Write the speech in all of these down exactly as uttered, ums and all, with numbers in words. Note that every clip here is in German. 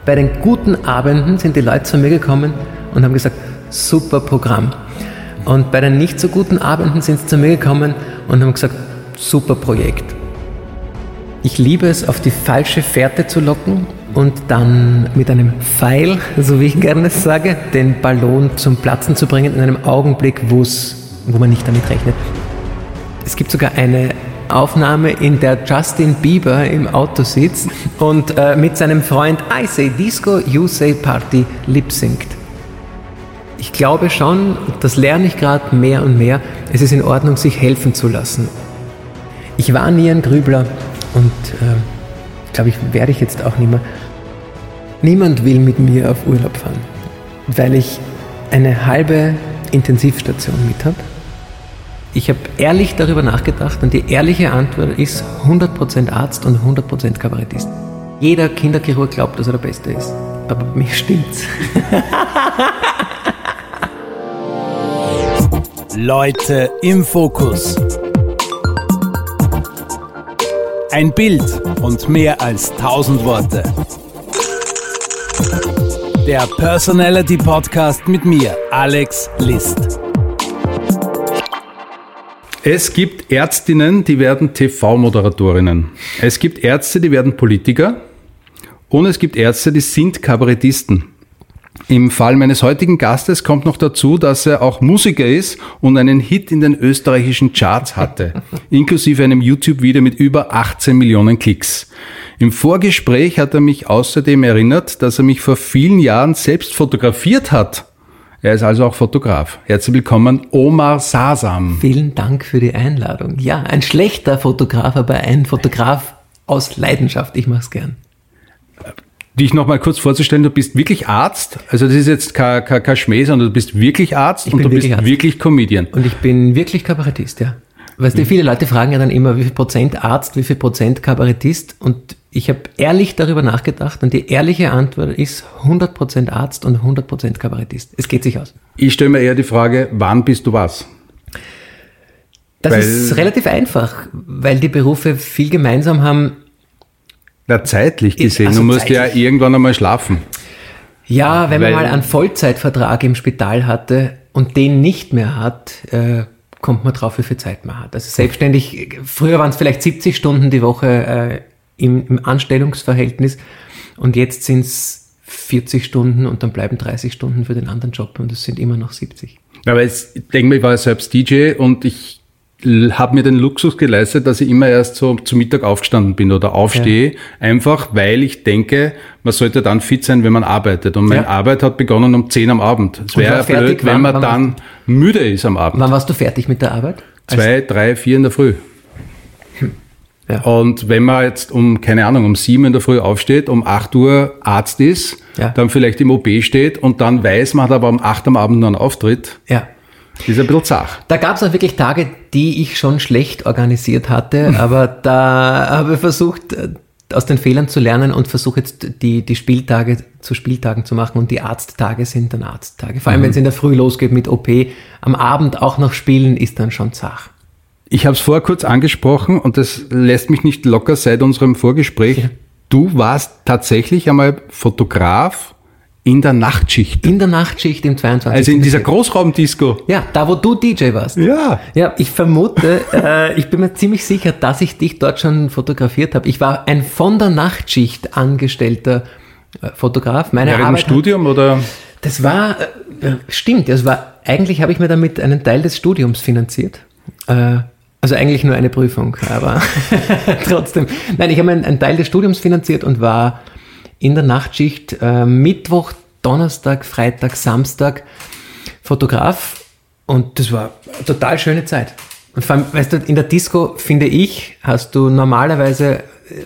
Bei den guten Abenden sind die Leute zu mir gekommen und haben gesagt, super Programm. Und bei den nicht so guten Abenden sind sie zu mir gekommen und haben gesagt, super Projekt. Ich liebe es, auf die falsche Fährte zu locken und dann mit einem Pfeil, so wie ich gerne sage, den Ballon zum Platzen zu bringen in einem Augenblick, wo man nicht damit rechnet. Es gibt sogar eine Aufnahme, in der Justin Bieber im Auto sitzt und äh, mit seinem Freund I Say Disco, You Say Party lip-synct. Ich glaube schon, das lerne ich gerade mehr und mehr, es ist in Ordnung, sich helfen zu lassen. Ich war nie ein Grübler und äh, glaube ich, werde ich jetzt auch nicht mehr. Niemand will mit mir auf Urlaub fahren, weil ich eine halbe Intensivstation mit habe. Ich habe ehrlich darüber nachgedacht und die ehrliche Antwort ist hundert Prozent Arzt und hundert Prozent Kabarettist. Jeder Kinderchirurg glaubt, dass er der Beste ist, aber bei mir stimmt's. Leute im Fokus. Ein Bild und mehr als tausend Worte. Der Personality Podcast mit mir, Alex List. Es gibt Ärztinnen, die werden T V-Moderatorinnen. Es gibt Ärzte, die werden Politiker. Und es gibt Ärzte, die sind Kabarettisten. Im Fall meines heutigen Gastes kommt noch dazu, dass er auch Musiker ist und einen Hit in den österreichischen Charts hatte, inklusive einem YouTube-Video mit über achtzehn Millionen Klicks. Im Vorgespräch hat er mich außerdem erinnert, dass er mich vor vielen Jahren selbst fotografiert hat. Er ist also auch Fotograf. Herzlich willkommen, Omar Sasam. Vielen Dank für die Einladung. Ja, ein schlechter Fotograf, aber ein Fotograf aus Leidenschaft. Ich mach's gern. Dich noch mal kurz vorzustellen, du bist wirklich Arzt, also das ist jetzt kein, kein, kein Schmäh, sondern du bist wirklich Arzt ich und du wirklich bist Arzt. wirklich Comedian. Und ich bin wirklich Kabarettist, ja. Weißt du, viele Leute fragen ja dann immer, wie viel Prozent Arzt, wie viel Prozent Kabarettist, und ich habe ehrlich darüber nachgedacht und die ehrliche Antwort ist hundert Prozent Arzt und hundert Prozent Kabarettist. Es geht sich aus. Ich stelle mir eher die Frage, wann bist du was? Das weil, ist relativ einfach, weil die Berufe viel gemeinsam haben. Na, zeitlich gesehen, also du musst zeitlich. ja irgendwann einmal schlafen. Ja, wenn Weil, man mal einen Vollzeitvertrag im Spital hatte und den nicht mehr hat, äh, kommt man drauf, wie viel Zeit man hat. Also selbstständig, früher waren es vielleicht siebzig Stunden die Woche äh, im, im Anstellungsverhältnis und jetzt sind es vierzig Stunden und dann bleiben dreißig Stunden für den anderen Job und es sind immer noch siebzig. Aber jetzt, ich denke mal, ich war ja selbst D J und ich habe mir den Luxus geleistet, dass ich immer erst so zu Mittag aufgestanden bin oder aufstehe, ja. Einfach weil ich denke, man sollte dann fit sein, wenn man arbeitet. Und meine ja. Arbeit hat begonnen um zehn am Abend. Es wäre blöd, wenn man wann, dann wann müde ist am Abend. Wann warst du fertig mit der Arbeit? Zwei, drei, vier in der Früh. Hm. Ja. Und wenn man jetzt um, keine Ahnung, um sieben in der Früh aufsteht, um acht Uhr Arzt ist, ja. dann vielleicht im O P steht und dann weiß, man hat aber um acht am Abend noch einen Auftritt. Ja. Ist ein bisschen zach. Da gab es auch wirklich Tage, die ich schon schlecht organisiert hatte, aber da habe ich versucht, aus den Fehlern zu lernen und versuche jetzt die, die Spieltage zu Spieltagen zu machen und die Arzttage sind dann Arzttage. Vor allem, mhm. wenn es in der Früh losgeht mit O P, am Abend auch noch spielen, ist dann schon zach. Ich habe es vorher kurz angesprochen und das lässt mich nicht locker seit unserem Vorgespräch. Ja. Du warst tatsächlich einmal Fotograf in der Nachtschicht. In der Nachtschicht im zweiundzwanzigsten Also in dieser Großraumdisco. Ja, da wo du D J warst. Ja. Ja, ich vermute, äh, ich bin mir ziemlich sicher, dass ich dich dort schon fotografiert habe. Ich war ein von der Nachtschicht angestellter äh, Fotograf. Meine Während Arbeit im Studium hat, oder? Das war, äh, stimmt, das war, eigentlich habe ich mir damit einen Teil des Studiums finanziert. Äh, also eigentlich nur eine Prüfung, aber trotzdem. Nein, ich habe einen, einen Teil des Studiums finanziert und war in der Nachtschicht, äh, Mittwoch, Donnerstag, Freitag, Samstag Fotograf und das war eine total schöne Zeit. Und vor allem, weißt du, in der Disco, finde ich, hast du normalerweise äh,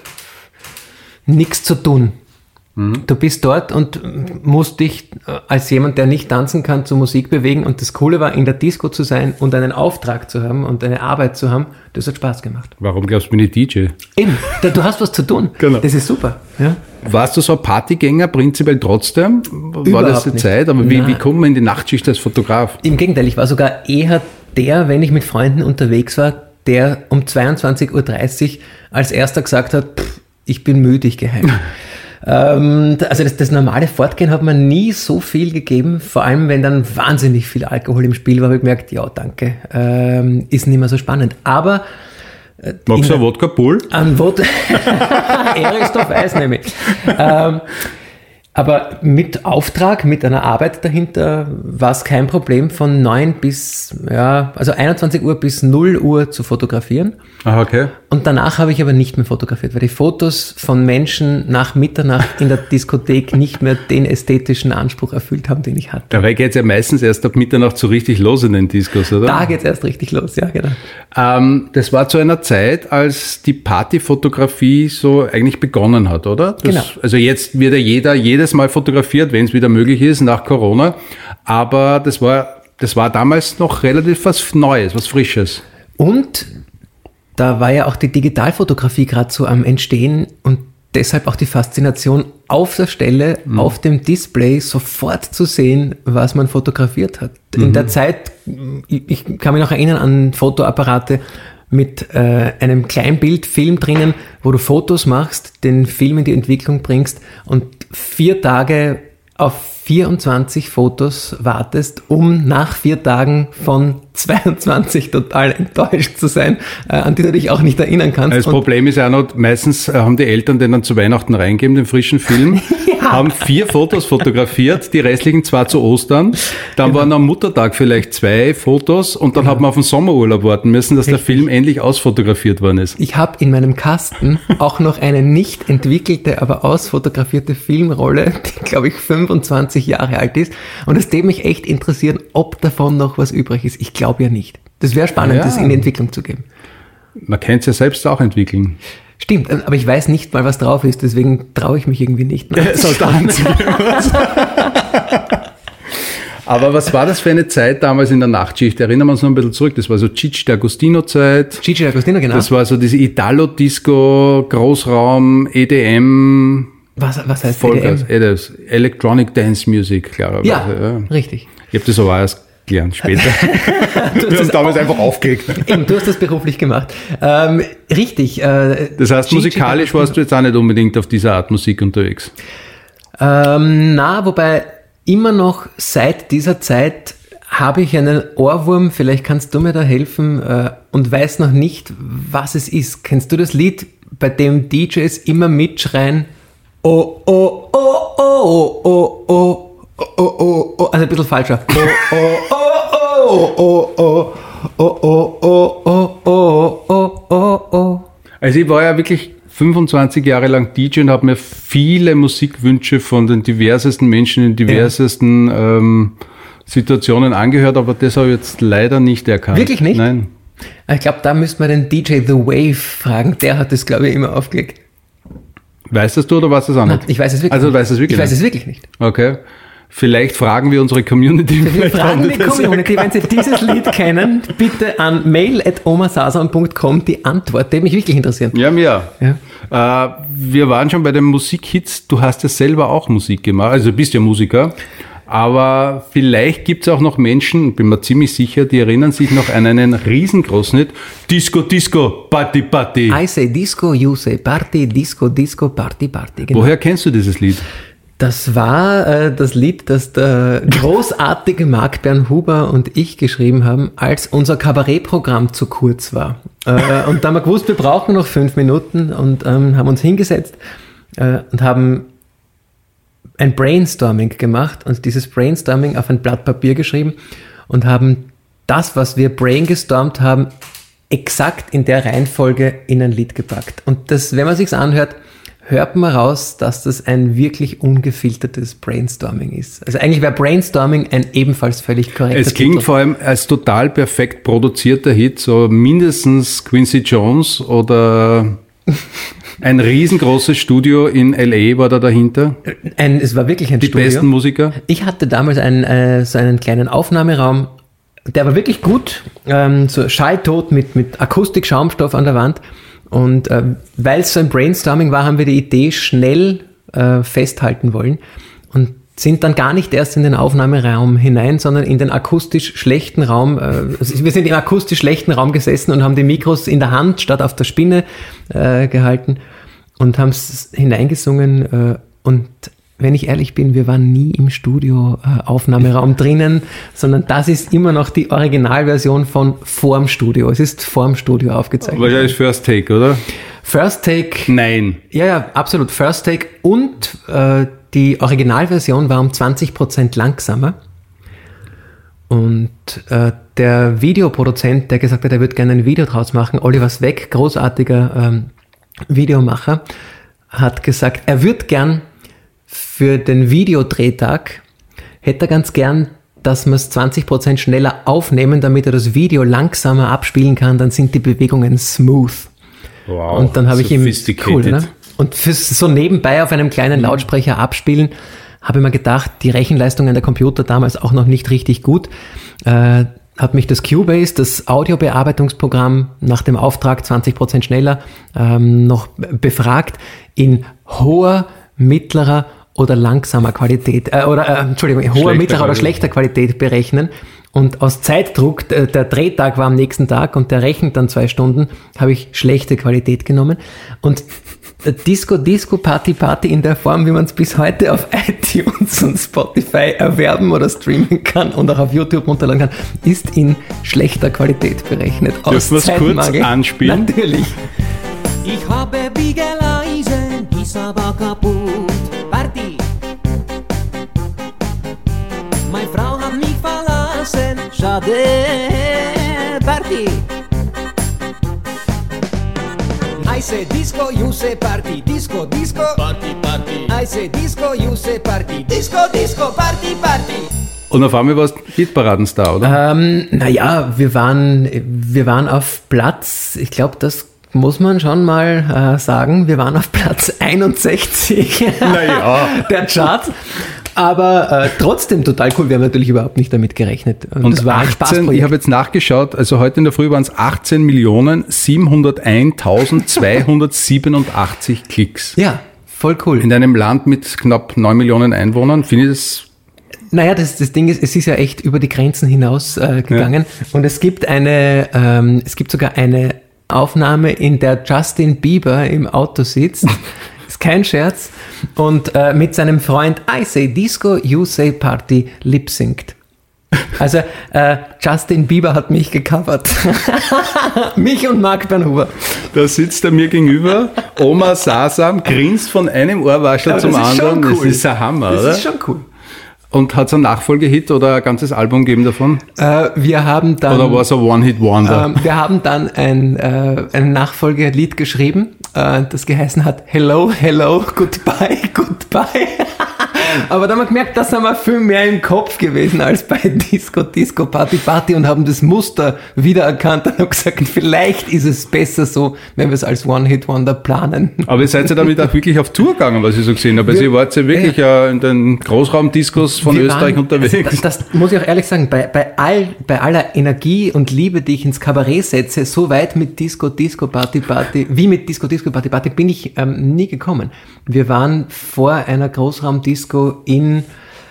nichts zu tun. Mhm. Du bist dort und musst dich äh, als jemand, der nicht tanzen kann, zur Musik bewegen und das Coole war, in der Disco zu sein und einen Auftrag zu haben und eine Arbeit zu haben, das hat Spaß gemacht. Warum glaubst du, bin ich D J? Eben, du hast was zu tun. Genau. Das ist super. Ja. Warst du so ein Partygänger prinzipiell trotzdem? War Überhaupt das die nicht. Zeit? Aber wie, wie kommt man in die Nachtschicht als Fotograf? Im Gegenteil, ich war sogar eher der, wenn ich mit Freunden unterwegs war, der um zweiundzwanzig Uhr dreißig als erster gesagt hat, pff, ich bin müde, ich gehe heim. Ähm, also das, das normale Fortgehen hat mir nie so viel gegeben, vor allem wenn dann wahnsinnig viel Alkohol im Spiel war, habe ich gemerkt, ja danke, ähm, ist nicht mehr so spannend. Aber äh, magst du ein Wodka Bull? Ein Wodka, Erichsdorf Eis nehme ich. Ähm, aber mit Auftrag, mit einer Arbeit dahinter war es kein Problem, von neun bis, ja, also einundzwanzig Uhr bis null Uhr zu fotografieren. Ah, okay. Und danach habe ich aber nicht mehr fotografiert, weil die Fotos von Menschen nach Mitternacht in der Diskothek nicht mehr den ästhetischen Anspruch erfüllt haben, den ich hatte. Dabei geht es ja meistens erst ab Mitternacht so richtig los in den Diskos, oder? Da geht es erst richtig los, ja, genau. Ähm, das war zu einer Zeit, als die Partyfotografie so eigentlich begonnen hat, oder? Das, genau. Also jetzt wird ja jeder jedes Mal fotografiert, wenn es wieder möglich ist, nach Corona. Aber das war, das war damals noch relativ was Neues, was Frisches. Und da war ja auch die Digitalfotografie gerade so am Entstehen und deshalb auch die Faszination, auf der Stelle, mhm. auf dem Display sofort zu sehen, was man fotografiert hat. Mhm. In der Zeit, ich, ich kann mich noch erinnern an Fotoapparate mit äh, einem Kleinbildfilm drinnen, wo du Fotos machst, den Film in die Entwicklung bringst und vier Tage auf vierundzwanzig Fotos wartest, um nach vier Tagen von zweiundzwanzig total enttäuscht zu sein, äh, an die du dich auch nicht erinnern kannst. Das Problem ist ja auch noch, meistens haben die Eltern den dann zu Weihnachten reingegeben, den frischen Film, ja. haben vier Fotos fotografiert, die restlichen zwar zu Ostern, dann genau. waren am Muttertag vielleicht zwei Fotos und dann genau. hat man auf den Sommerurlaub warten müssen, dass Richtig. der Film endlich ausfotografiert worden ist. Ich habe in meinem Kasten auch noch eine nicht entwickelte, aber ausfotografierte Filmrolle, die glaube ich fünfundzwanzig Jahre alt ist und es würde mich echt interessieren, ob davon noch was übrig ist. Ich glaube ja nicht. Das wäre spannend, ja. das in die Entwicklung zu geben. Man kann es ja selbst auch entwickeln. Stimmt, aber ich weiß nicht mal, was drauf ist, deswegen traue ich mich irgendwie nicht. Aber was war das für eine Zeit damals in der Nachtschicht? Erinnern wir uns noch ein bisschen zurück. Das war so Gigi D'Agostino-Zeit. Gigi D'Agostino, genau. Das war so diese Italo-Disco, Großraum, E D M. Was, was heißt Vollgas, E D M? Electronic Dance Music, klarerweise. Ja, ja, richtig. Ich habe das aber erst gelernt später. Wir haben damals einfach aufgelegt. Eben, du hast das beruflich gemacht. Ähm, richtig. Äh, das heißt, Gigi musikalisch warst du jetzt auch nicht unbedingt auf dieser Art Musik unterwegs? Ähm, na, wobei immer noch seit dieser Zeit habe ich einen Ohrwurm, vielleicht kannst du mir da helfen, äh, und weiß noch nicht, was es ist. Kennst du das Lied, bei dem D Js immer mitschreien, oh, oh, oh, oh, oh, oh, oh, oh, oh, oh, also ein bisschen falscher. Oh, oh, oh, oh, oh, oh, oh, oh, oh, oh, oh, oh, oh. Also ich war ja wirklich fünfundzwanzig Jahre lang D J und habe mir viele Musikwünsche von den diversesten Menschen in diversesten ja. ähm, Situationen angehört, aber das habe ich jetzt leider nicht erkannt. Wirklich nicht? Nein. Ich glaube, da müsste man den D J The Wave fragen. Der hat das, glaube ich, immer aufgelegt. Weißt das du oder weißt du das auch nicht? Nein, ich weiß es wirklich also, nicht. Weißt es wirklich ich weiß nicht? es wirklich nicht. Okay. Vielleicht fragen wir unsere Community. Wir fragen die Community, wenn sie dieses Lied kennen, bitte an mail at omasasan punkt com die Antwort, die mich wirklich interessiert. Ja, mir. Ja. Äh, wir waren schon bei den Musikhits. Du hast ja selber auch Musik gemacht, also du bist ja Musiker. Aber vielleicht gibt es auch noch Menschen, bin mir ziemlich sicher, die erinnern sich noch an einen riesengroßen Hit. Disco, Disco, Party, Party. I say Disco, you say Party, Disco, Disco, Party, Party. Genau. Woher kennst du dieses Lied? Das war äh, das Lied, das der großartige Marc Bernhuber und ich geschrieben haben, als unser Kabarettprogramm zu kurz war. Äh, und da haben wir gewusst, wir brauchen noch fünf Minuten und ähm, haben uns hingesetzt äh, und haben ein Brainstorming gemacht und dieses Brainstorming auf ein Blatt Papier geschrieben und haben das, was wir brainstormt haben, exakt in der Reihenfolge in ein Lied gepackt. Und das, wenn man sich's anhört, hört man raus, dass das ein wirklich ungefiltertes Brainstorming ist. Also eigentlich wäre Brainstorming ein ebenfalls völlig korrekter Es klingt Titel. vor allem als total perfekt produzierter Hit, so mindestens Quincy Jones oder ein riesengroßes Studio in L A war da dahinter. Ein, es war wirklich ein Die Studio. Die besten Musiker. Ich hatte damals einen, äh, so einen kleinen Aufnahmeraum, der war wirklich gut, ähm, so schalltot mit, mit Akustik-Schaumstoff an der Wand. Und äh, weil es so ein Brainstorming war, haben wir die Idee schnell äh, festhalten wollen und sind dann gar nicht erst in den Aufnahmeraum hinein, sondern in den akustisch schlechten Raum. Äh, also wir sind im akustisch schlechten Raum gesessen und haben die Mikros in der Hand statt auf der Spinne äh, gehalten und haben es hineingesungen. Äh, Und wenn ich ehrlich bin, wir waren nie im Studio-Aufnahmeraum drinnen, sondern das ist immer noch die Originalversion von vorm Studio. Es ist vorm Studio aufgezeichnet. Aber ja, ist First Take, oder? First Take. Nein. Ja, ja, absolut. First Take. Und äh, die Originalversion war um zwanzig Prozent langsamer. Und äh, der Videoproduzent, der gesagt hat, er würde gerne ein Video draus machen, Oliver Zweck, großartiger ähm, Videomacher, hat gesagt, er würde gern für den Videodrehtag, hätte er ganz gern, dass wir es zwanzig Prozent schneller aufnehmen, damit er das Video langsamer abspielen kann, dann sind die Bewegungen smooth. Wow, und dann habe ich ihm, cool, ne? Und fürs so nebenbei auf einem kleinen Lautsprecher abspielen, habe ich mir gedacht, die Rechenleistung an der Computer damals auch noch nicht richtig gut. Äh, hat mich das Cubase, das Audiobearbeitungsprogramm, nach dem Auftrag zwanzig Prozent schneller ähm, noch befragt, in hoher, mittlerer oder langsamer Qualität, äh, oder äh, Entschuldigung, hoher, schlechter mittlerer oder schlechter Qualität berechnen. Und aus Zeitdruck, der, der Drehtag war am nächsten Tag und der rechnet dann zwei Stunden, habe ich schlechte Qualität genommen. Und Disco, Disco, Party, Party in der Form, wie man es bis heute auf iTunes und Spotify erwerben oder streamen kann und auch auf YouTube runterladen kann, ist in schlechter Qualität berechnet. Dürfen wir es kurz anspielen? Natürlich. Ich habe Biegeleisen, ist aber kaputt. Party. Meine Frau hat mich verlassen, schade. Party. I say disco, you say party. Disco, disco, party, party. I say disco, you say party. Disco, disco, party, party. Und auf einmal warst du Hitparadenstar, oder? Ähm, naja, wir waren, wir waren auf Platz, ich glaube, das muss man schon mal äh, sagen, wir waren auf Platz einundsechzig naja. der Charts. Aber äh, trotzdem total cool. Wir haben natürlich überhaupt nicht damit gerechnet. Und, Und das war ein Spaßprojekt. Ich habe jetzt nachgeschaut, also heute in der Früh waren es achtzehn Millionen siebenhunderteintausendzweihundertsiebenundachtzig Klicks. Ja, voll cool. In einem Land mit knapp neun Millionen Einwohnern, finde ich das... Naja, das, das Ding ist, es ist ja echt über die Grenzen hinaus äh, gegangen. Ja. Und es gibt eine, ähm, es gibt sogar eine Aufnahme, in der Justin Bieber im Auto sitzt. Ist kein Scherz. Und äh, mit seinem Freund I Say Disco, You Say Party lip-synct. Also äh, Justin Bieber hat mich gecovert. Mich und Marc Bernhuber. Da sitzt er mir gegenüber, Oma Sasam, grinst von einem Ohrwaschel zum anderen. Cool. Das ist ein Hammer, das oder? Das ist schon cool. Und hat es einen Nachfolgehit oder ein ganzes Album gegeben davon? Äh, wir haben dann... Oder war es ein One-Hit-Wonder? Äh, wir haben dann ein, äh, ein Nachfolgelied geschrieben, äh, das geheißen hat Hello, Hello, Goodbye, Goodbye. Aber da haben wir gemerkt, das haben wir viel mehr im Kopf gewesen als bei Disco, Disco, Party, Party und haben das Muster wiedererkannt und haben gesagt, vielleicht ist es besser so, wenn wir es als One-Hit-Wonder planen. Aber ihr seid ja damit auch wirklich auf Tour gegangen, was ich so gesehen habe. Also ihr wart ja wirklich äh, in den Großraumdiscos von Österreich waren, unterwegs. Das, das muss ich auch ehrlich sagen, bei, bei, all, bei aller Energie und Liebe, die ich ins Kabarett setze, so weit mit Disco, Disco, Party, Party, wie mit Disco, Disco, Party, Party bin ich ähm, nie gekommen. Wir waren vor einer Großraumdisco in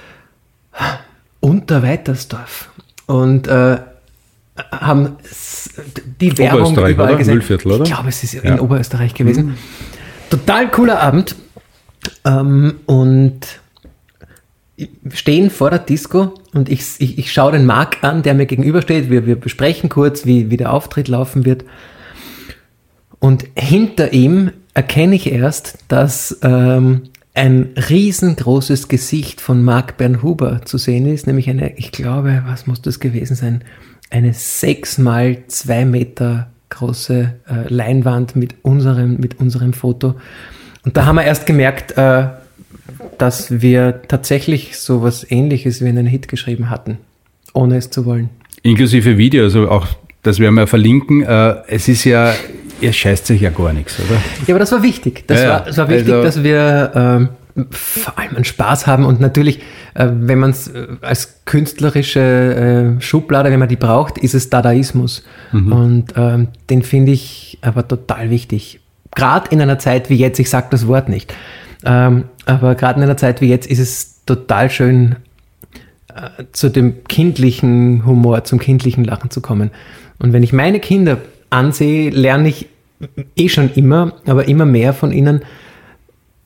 Unterweitersdorf und äh, haben die Werbung überall gesehen. Müllviertel, oder? Ich glaube, es ist ja. in Oberösterreich gewesen. Mhm. Total cooler Abend ähm, und stehen vor der Disco und ich, ich, ich schaue den Marc an, der mir gegenübersteht. Wir, wir besprechen kurz, wie, wie der Auftritt laufen wird. Und hinter ihm erkenne ich erst, dass ähm, ein riesengroßes Gesicht von Marc Bernhuber zu sehen ist, nämlich eine, ich glaube, was muss das gewesen sein, eine sechs mal zwei Meter große äh, Leinwand mit unserem, mit unserem Foto. Und da haben wir erst gemerkt, äh, dass wir tatsächlich so was Ähnliches wie einen Hit geschrieben hatten, ohne es zu wollen. Inklusive Video, also auch, das werden wir verlinken. Äh, es ist ja, ihr scheißt sich ja gar nichts, oder? Ja, aber das war wichtig. Das, ja, war, das war wichtig, also, dass wir ähm, vor allem einen Spaß haben und natürlich, äh, wenn man es äh, als künstlerische äh, Schublade, wenn man die braucht, ist es Dadaismus. Mhm. Und ähm, den finde ich aber total wichtig. Gerade in einer Zeit wie jetzt, ich sage das Wort nicht, ähm, aber gerade in einer Zeit wie jetzt ist es total schön, äh, zu dem kindlichen Humor, zum kindlichen Lachen zu kommen. Und wenn ich meine Kinder ansehe, lerne ich eh schon immer, aber immer mehr von ihnen,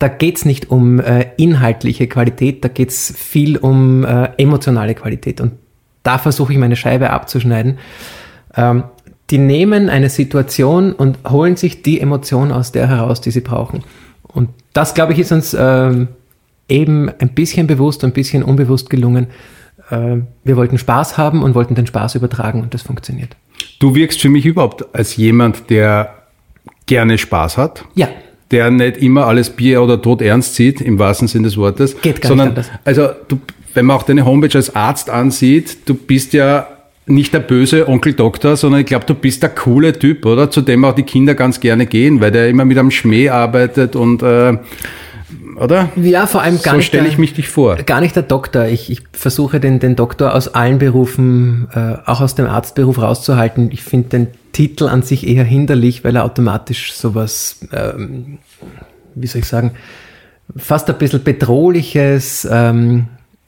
da geht's nicht um äh, inhaltliche Qualität, da geht's viel um äh, emotionale Qualität. Und da versuche ich meine Scheibe abzuschneiden. Ähm, die nehmen eine Situation und holen sich die Emotion aus der heraus, die sie brauchen. Und das, glaube ich, ist uns ähm, eben ein bisschen bewusst, ein bisschen unbewusst gelungen. Äh, wir wollten Spaß haben und wollten den Spaß übertragen und das funktioniert. Du wirkst für mich überhaupt als jemand, der gerne Spaß hat. Ja. Der nicht immer alles Bier oder Tod ernst sieht, im wahrsten Sinne des Wortes. Geht gar sondern, nicht anders. Also, du, wenn man auch deine Homepage als Arzt ansieht, du bist ja nicht der böse Onkel Doktor, sondern ich glaube, du bist der coole Typ, oder? Zu dem auch die Kinder ganz gerne gehen, weil der immer mit einem Schmäh arbeitet und, äh, oder? Ja, vor allem gar so nicht. So stelle ich mich dich vor. Gar nicht der Doktor. Ich, ich versuche den, den Doktor aus allen Berufen, äh, auch aus dem Arztberuf rauszuhalten. Ich finde den Titel an sich eher hinderlich, weil er automatisch sowas, ähm, wie soll ich sagen, fast ein bisschen Bedrohliches, ähm,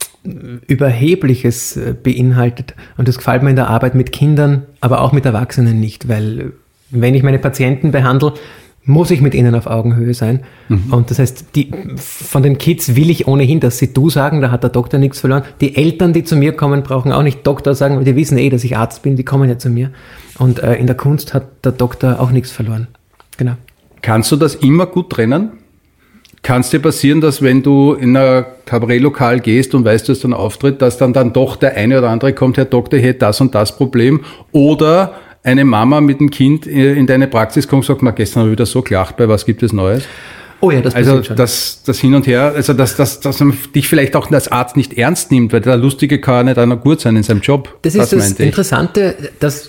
Überhebliches äh, beinhaltet. Und das gefällt mir in der Arbeit mit Kindern, aber auch mit Erwachsenen nicht, weil wenn ich meine Patienten behandle, muss ich mit ihnen auf Augenhöhe sein. Mhm. Und das heißt, die, von den Kids will ich ohnehin, dass sie du sagen, da hat der Doktor nichts verloren. Die Eltern, die zu mir kommen, brauchen auch nicht Doktor sagen, weil die wissen eh, dass ich Arzt bin, die kommen ja zu mir. Und äh, in der Kunst hat der Doktor auch nichts verloren. Genau. Kannst du das immer gut trennen? Kann es dir passieren, dass wenn du in ein Kabarettlokal gehst und weißt, du hast einen Auftritt, dass dann, dann doch der eine oder andere kommt, Herr Doktor, ich hätte das und das Problem, oder eine Mama mit dem Kind in deine Praxis kommt und sagt, na, gestern habe ich wieder so gelacht, bei was gibt es Neues? Oh ja, das passiert also schon. Das, das hin und her, also dass, dass, dass man dich vielleicht auch als Arzt nicht ernst nimmt, weil der Lustige kann ja nicht einer gut sein in seinem Job. Das, das ist das Interessante, das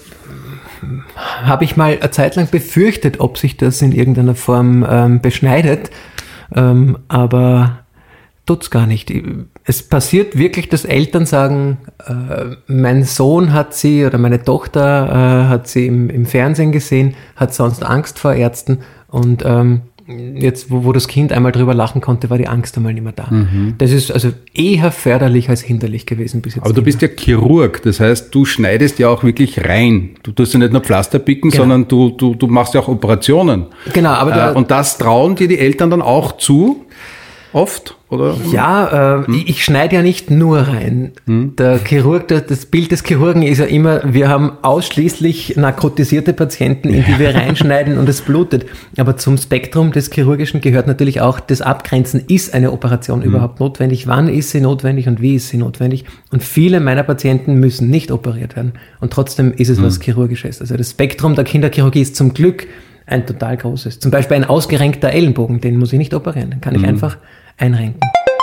habe ich mal eine Zeit lang befürchtet, ob sich das in irgendeiner Form ähm, beschneidet, ähm, aber tut's gar nicht. Es passiert wirklich, dass Eltern sagen, äh, mein Sohn hat sie oder meine Tochter äh, hat sie im, im Fernsehen gesehen, hat sonst Angst vor Ärzten und ähm, jetzt, wo, wo das Kind einmal drüber lachen konnte, war die Angst einmal nicht mehr da. Mhm. Das ist also eher förderlich als hinderlich gewesen bis jetzt. Aber du bist ja Chirurg, das heißt, du schneidest ja auch wirklich rein. Du tust ja nicht nur Pflaster picken, genau. sondern du, du, du machst ja auch Operationen. Genau, aber da, äh, und das trauen dir die Eltern dann auch zu? Oft, oder? Ja, äh, hm. ich schneide ja nicht nur rein. Hm. Der Chirurg, das Bild des Chirurgen ist ja immer, wir haben ausschließlich narkotisierte Patienten, in die wir reinschneiden und es blutet. Aber zum Spektrum des Chirurgischen gehört natürlich auch das Abgrenzen. Ist eine Operation hm. überhaupt notwendig? Wann ist sie notwendig und wie ist sie notwendig? Und viele meiner Patienten müssen nicht operiert werden. Und trotzdem ist es hm. was Chirurgisches. Also das Spektrum der Kinderchirurgie ist zum Glück ein total großes. Zum Beispiel ein ausgerenkter Ellenbogen, den muss ich nicht operieren. Den kann ich hm. einfach einrenken.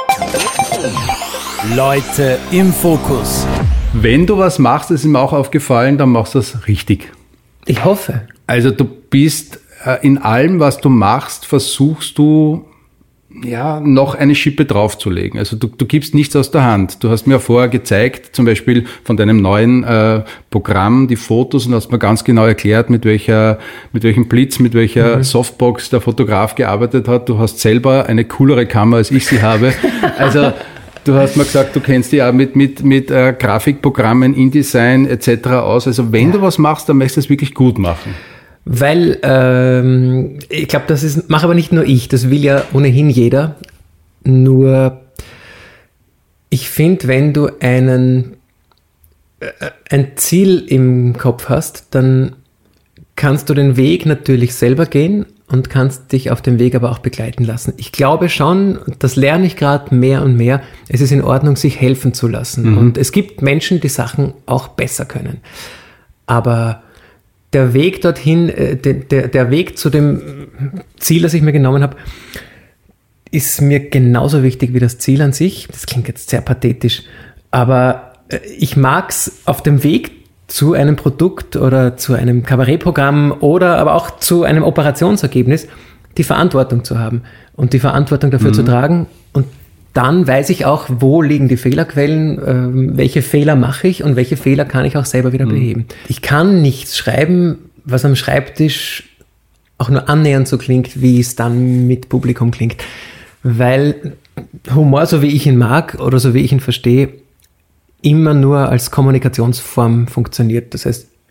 Leute im Fokus. Wenn du was machst, das ist mir auch aufgefallen, dann machst du das richtig. Ich hoffe. Also du bist äh, in allem, was du machst, versuchst du ja noch eine Schippe draufzulegen. Also du, du gibst nichts aus der Hand. Du hast mir vorher gezeigt, zum Beispiel von deinem neuen äh, Programm, die Fotos, und hast mir ganz genau erklärt, mit welcher, mit welchem Blitz, mit welcher mhm. Softbox der Fotograf gearbeitet hat. Du hast selber eine coolere Kamera, als ich sie habe. Also du hast mir gesagt, du kennst dich auch mit, mit, mit äh, Grafikprogrammen, InDesign et cetera aus. Also wenn ja. du was machst, dann möchtest du es wirklich gut machen. Weil, ähm, ich glaube, das ist, mache aber nicht nur ich, das will ja ohnehin jeder. Nur, ich finde, wenn du einen, äh, ein Ziel im Kopf hast, dann kannst du den Weg natürlich selber gehen und kannst dich auf dem Weg aber auch begleiten lassen. Ich glaube schon, das lerne ich gerade mehr und mehr, es ist in Ordnung, sich helfen zu lassen. Mhm. Und es gibt Menschen, die Sachen auch besser können. Aber der Weg dorthin, der, der, der Weg zu dem Ziel, das ich mir genommen habe, ist mir genauso wichtig wie das Ziel an sich. Das klingt jetzt sehr pathetisch, aber ich mag es auf dem Weg zu einem Produkt oder zu einem Kabarettprogramm oder aber auch zu einem Operationsergebnis die Verantwortung zu haben und die Verantwortung dafür mhm. zu tragen. Und dann weiß ich auch, wo liegen die Fehlerquellen, äh, welche Fehler mache ich und welche Fehler kann ich auch selber wieder mhm. beheben. Ich kann nichts schreiben, was am Schreibtisch auch nur annähernd so klingt, wie es dann mit Publikum klingt. Weil Humor, so wie ich ihn mag oder so wie ich ihn verstehe, immer nur als Kommunikationsform funktioniert. Das heißt,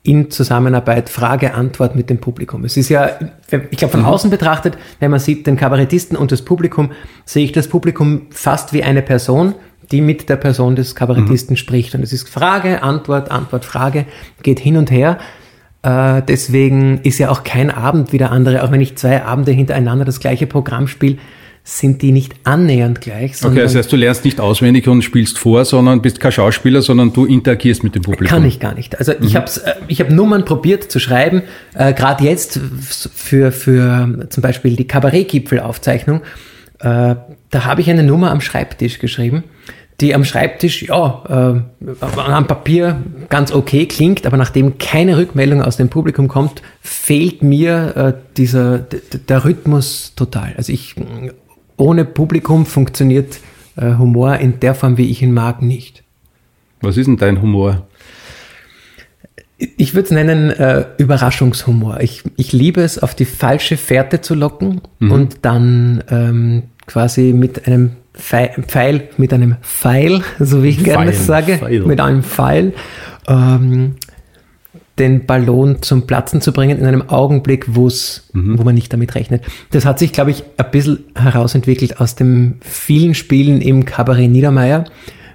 in Zusammenarbeit Frage-Antwort mit dem Publikum. Es ist ja, ich glaube, von mhm. außen betrachtet, wenn man sieht den Kabarettisten und das Publikum, sehe ich das Publikum fast wie eine Person, die mit der Person des Kabarettisten mhm. spricht. Und es ist Frage, Antwort, Antwort, Frage, geht hin und her. Äh, deswegen ist ja auch kein Abend wie der andere, auch wenn ich zwei Abende hintereinander das gleiche Programm spiele, sind die nicht annähernd gleich. Okay, das heißt, du lernst nicht auswendig und spielst vor, sondern bist kein Schauspieler, sondern du interagierst mit dem Publikum. Kann ich gar nicht. Also mhm. ich habe ich hab Nummern probiert zu schreiben, äh, gerade jetzt für, für zum Beispiel die Kabarett-Gipfel-Aufzeichnung, äh, da habe ich eine Nummer am Schreibtisch geschrieben, die am Schreibtisch, ja, äh, am Papier ganz okay klingt, aber nachdem keine Rückmeldung aus dem Publikum kommt, fehlt mir äh, dieser, d- der Rhythmus total. Also ich, ohne Publikum funktioniert äh, Humor in der Form, wie ich ihn mag, nicht. Was ist denn dein Humor? Ich würde es nennen äh, Überraschungshumor. Ich, ich liebe es, auf die falsche Fährte zu locken mhm. und dann ähm, quasi mit einem Pfeil, mit einem Pfeil, so wie ich Pfeil, gerne sage, Pfeil. mit einem Pfeil, ähm, den Ballon zum Platzen zu bringen in einem Augenblick, wo's, mhm. wo man nicht damit rechnet. Das hat sich, glaube ich, ein bisschen herausentwickelt aus den vielen Spielen im Kabarett Niedermeyer,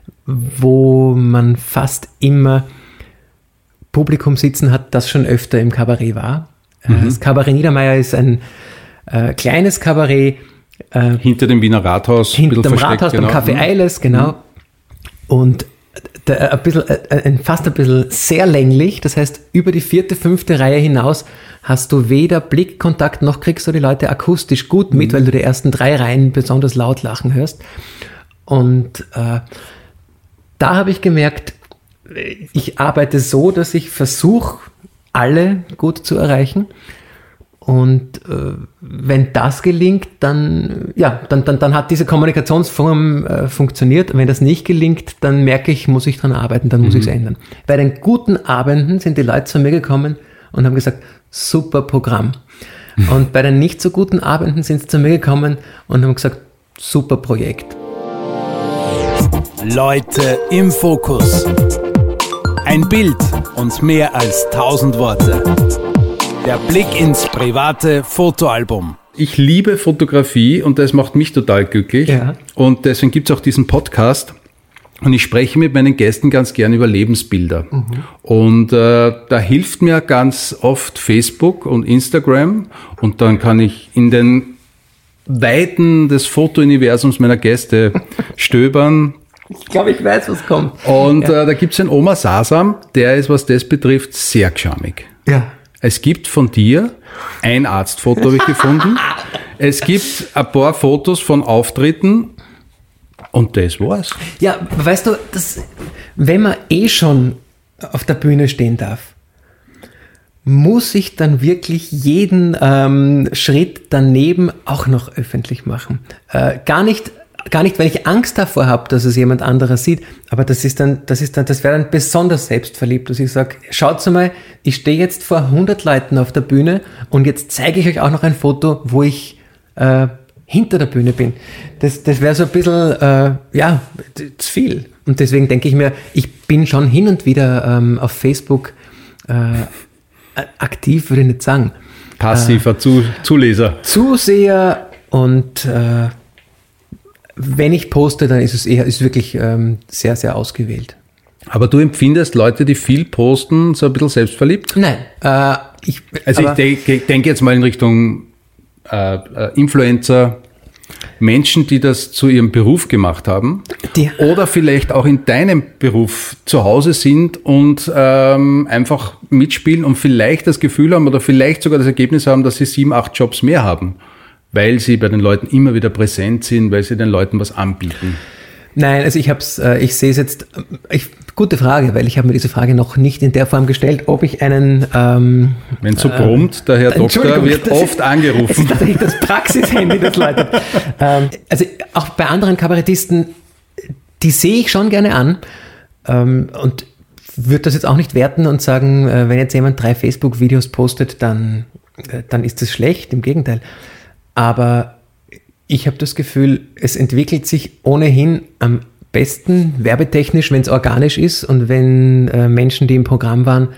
wo man fast immer Publikum sitzen hat, das schon öfter im Kabarett war. Mhm. Das Kabarett Niedermeyer ist ein äh, kleines Kabarett, Äh, hinter dem Wiener Rathaus. Hinter dem Rathaus, genau. Beim Café Eiles, genau. Mhm. Und der, ein bisschen, ein, fast ein bisschen sehr länglich. Das heißt, über die vierte, fünfte Reihe hinaus hast du weder Blickkontakt, noch kriegst du die Leute akustisch gut mit, mhm. weil du die ersten drei Reihen besonders laut lachen hörst. Und äh, da habe ich gemerkt, ich arbeite so, dass ich versuche, alle gut zu erreichen. Und äh, wenn das gelingt, dann, ja, dann, dann, dann hat diese Kommunikationsform äh, funktioniert. Und wenn das nicht gelingt, dann merke ich, muss ich dran arbeiten, dann muss mhm. ich es ändern. Bei den guten Abenden sind die Leute zu mir gekommen und haben gesagt, super Programm. Mhm. Und bei den nicht so guten Abenden sind sie zu mir gekommen und haben gesagt, super Projekt. Leute im Fokus. Ein Bild und mehr als tausend Worte. Der Blick ins private Fotoalbum. Ich liebe Fotografie und das macht mich total glücklich. Ja. Und deswegen gibt es auch diesen Podcast. Und ich spreche mit meinen Gästen ganz gerne über Lebensbilder. Mhm. Und äh, da hilft mir ganz oft Facebook und Instagram. Und dann kann ich in den Weiten des Fotouniversums meiner Gäste stöbern. Ich glaube, ich weiß, was kommt. Und ja. äh, da gibt es einen Oma Sasam, der ist, was das betrifft, sehr geschamig. Ja. Es gibt von dir ein Arztfoto, habe ich gefunden. Es gibt ein paar Fotos von Auftritten und das war's. Ja, weißt du, das, wenn man eh schon auf der Bühne stehen darf, muss ich dann wirklich jeden ähm, Schritt daneben auch noch öffentlich machen. Äh, gar nicht Gar nicht, weil ich Angst davor habe, dass es jemand anderer sieht, aber das ist dann, das ist dann, das wäre dann besonders selbstverliebt, dass ich sage, schaut mal, ich stehe jetzt vor hundert Leuten auf der Bühne und jetzt zeige ich euch auch noch ein Foto, wo ich äh, hinter der Bühne bin. Das, das wäre so ein bisschen, äh, ja, zu viel. Und deswegen denke ich mir, ich bin schon hin und wieder ähm, auf Facebook äh, aktiv, würde ich nicht sagen. Passiver äh, Zu- Zuleser. Zuseher und äh, wenn ich poste, dann ist es eher, ist wirklich ähm, sehr, sehr ausgewählt. Aber du empfindest Leute, die viel posten, so ein bisschen selbstverliebt? Nein. Äh, ich, also ich denke denk jetzt mal in Richtung äh, Influencer, Menschen, die das zu ihrem Beruf gemacht haben die, oder vielleicht auch in deinem Beruf zu Hause sind und ähm, einfach mitspielen und vielleicht das Gefühl haben oder vielleicht sogar das Ergebnis haben, dass sie sieben, acht Jobs mehr haben. Weil sie bei den Leuten immer wieder präsent sind, weil sie den Leuten was anbieten. Nein, also ich hab's, äh, ich sehe es jetzt, ich, gute Frage, weil ich habe mir diese Frage noch nicht in der Form gestellt, ob ich einen... Ähm, Wenn es so äh, brummt, der Herr Doktor wird oft angerufen. Das ist tatsächlich das Praxishandy, das läutet. ähm, also auch bei anderen Kabarettisten, die sehe ich schon gerne an ähm, und würde das jetzt auch nicht werten und sagen, äh, wenn jetzt jemand drei Facebook-Videos postet, dann, äh, dann ist das schlecht, im Gegenteil. Aber ich habe das Gefühl, es entwickelt sich ohnehin am besten werbetechnisch, wenn es organisch ist und wenn äh, Menschen, die im Programm waren,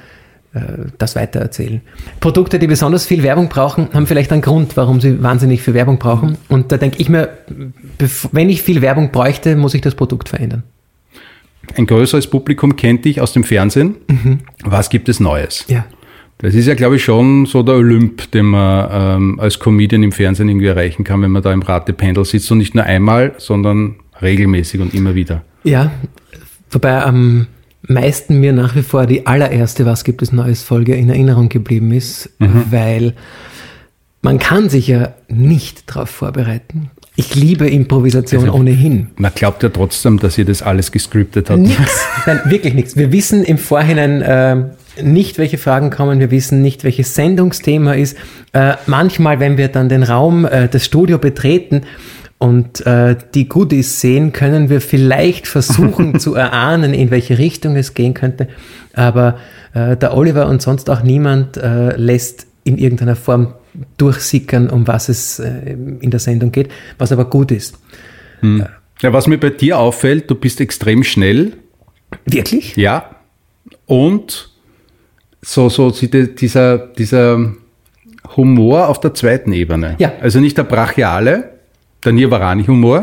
äh, das weitererzählen. Produkte, die besonders viel Werbung brauchen, haben vielleicht einen Grund, warum sie wahnsinnig viel Werbung brauchen. Und da denke ich mir, bev- wenn ich viel Werbung bräuchte, muss ich das Produkt verändern. Ein größeres Publikum kennt dich aus dem Fernsehen. Mhm. Was gibt es Neues? Ja. Das ist ja, glaube ich, schon so der Olymp, den man ähm, als Comedian im Fernsehen irgendwie erreichen kann, wenn man da im Ratependel sitzt und nicht nur einmal, sondern regelmäßig und immer wieder. Ja, wobei am meisten mir nach wie vor die allererste Was gibt es Neues Folge in Erinnerung geblieben ist, mhm. weil man kann sich ja nicht darauf vorbereiten. Ich liebe Improvisation also, ohnehin. Man glaubt ja trotzdem, dass ihr das alles gescriptet habt. Nix, nein, wirklich nichts. Wir wissen im Vorhinein äh, nicht, welche Fragen kommen. Wir wissen nicht, welches Sendungsthema ist. Äh, manchmal, wenn wir dann den Raum, äh, das Studio betreten und äh, die Goodies sehen, können wir vielleicht versuchen zu erahnen, in welche Richtung es gehen könnte. Aber äh, der Oliver und sonst auch niemand äh, lässt in irgendeiner Form durchsickern, um was es äh, in der Sendung geht, was aber gut ist. Hm. Ja, was mir bei dir auffällt, du bist extrem schnell. Wirklich? Ja. Und so, so dieser, dieser Humor auf der zweiten Ebene. Ja. Also nicht der brachiale, der Nirvarani-Humor.